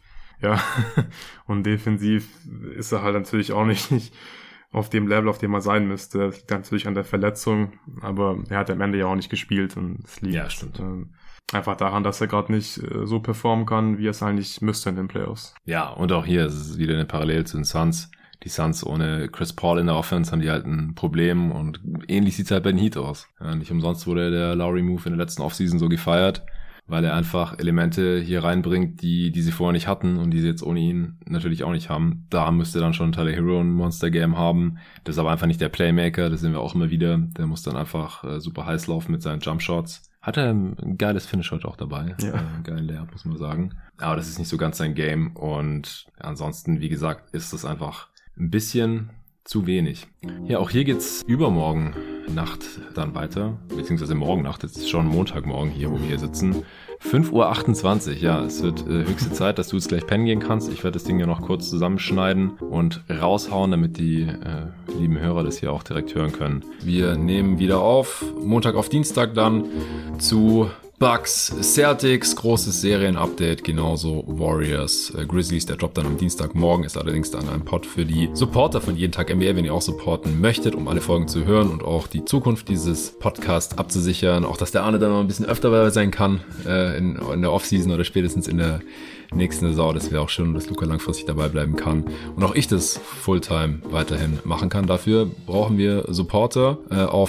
ist er halt natürlich auch nicht auf dem Level, auf dem er sein müsste. Das liegt natürlich an der Verletzung, aber er hat am Ende ja auch nicht gespielt und es liegt einfach daran, dass er gerade nicht so performen kann, wie er es eigentlich müsste in den Playoffs. Ja, und auch hier ist es wieder eine Parallele zu den Suns. Die Suns ohne Chris Paul in der Offense haben die halt ein Problem und ähnlich sieht's halt bei den Heat aus. Ja, nicht umsonst wurde der Lowry-Move in der letzten Offseason so gefeiert, weil er einfach Elemente hier reinbringt, die sie vorher nicht hatten und die sie jetzt ohne ihn natürlich auch nicht haben. Da müsste dann schon Tyler Hero ein Monster-Game haben. Das ist aber einfach nicht der Playmaker, das sehen wir auch immer wieder. Der muss dann einfach super heiß laufen mit seinen Jumpshots. Hat er ein geiles Finish heute auch dabei. Ja. Geilen Layup, muss man sagen. Aber das ist nicht so ganz sein Game und ansonsten, wie gesagt, ist das einfach ein bisschen zu wenig. Ja, auch hier geht's übermorgen Nacht dann weiter, beziehungsweise morgen Nacht, jetzt ist schon Montagmorgen hier, wo wir hier sitzen. 5:28 Uhr, ja, es wird höchste Zeit, dass du jetzt gleich pennen gehen kannst. Ich werde das Ding ja noch kurz zusammenschneiden und raushauen, damit die lieben Hörer das hier auch direkt hören können. Wir nehmen wieder auf, Montag auf Dienstag dann zu Bucks, Celtics, großes Serienupdate, genauso Warriors, Grizzlies, der droppt dann am Dienstagmorgen, ist allerdings dann ein Pod für die Supporter von Jeden Tag NBA, wenn ihr auch supporten möchtet, um alle Folgen zu hören und auch die Zukunft dieses Podcasts abzusichern, auch dass der Arne dann noch ein bisschen öfter dabei sein kann, in der Offseason oder spätestens in der nächsten Saison. Das wäre auch schön, dass Luca langfristig dabei bleiben kann und auch ich das Fulltime weiterhin machen kann. Dafür brauchen wir Supporter auf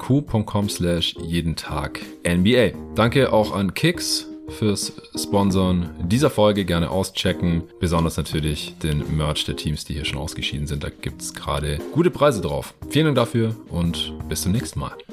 steadyhq.com/jedentag-NBA. Danke auch an Kicks fürs Sponsoren dieser Folge, gerne auschecken. Besonders natürlich den Merch der Teams, die hier schon ausgeschieden sind. Da gibt's gerade gute Preise drauf. Vielen Dank dafür und bis zum nächsten Mal.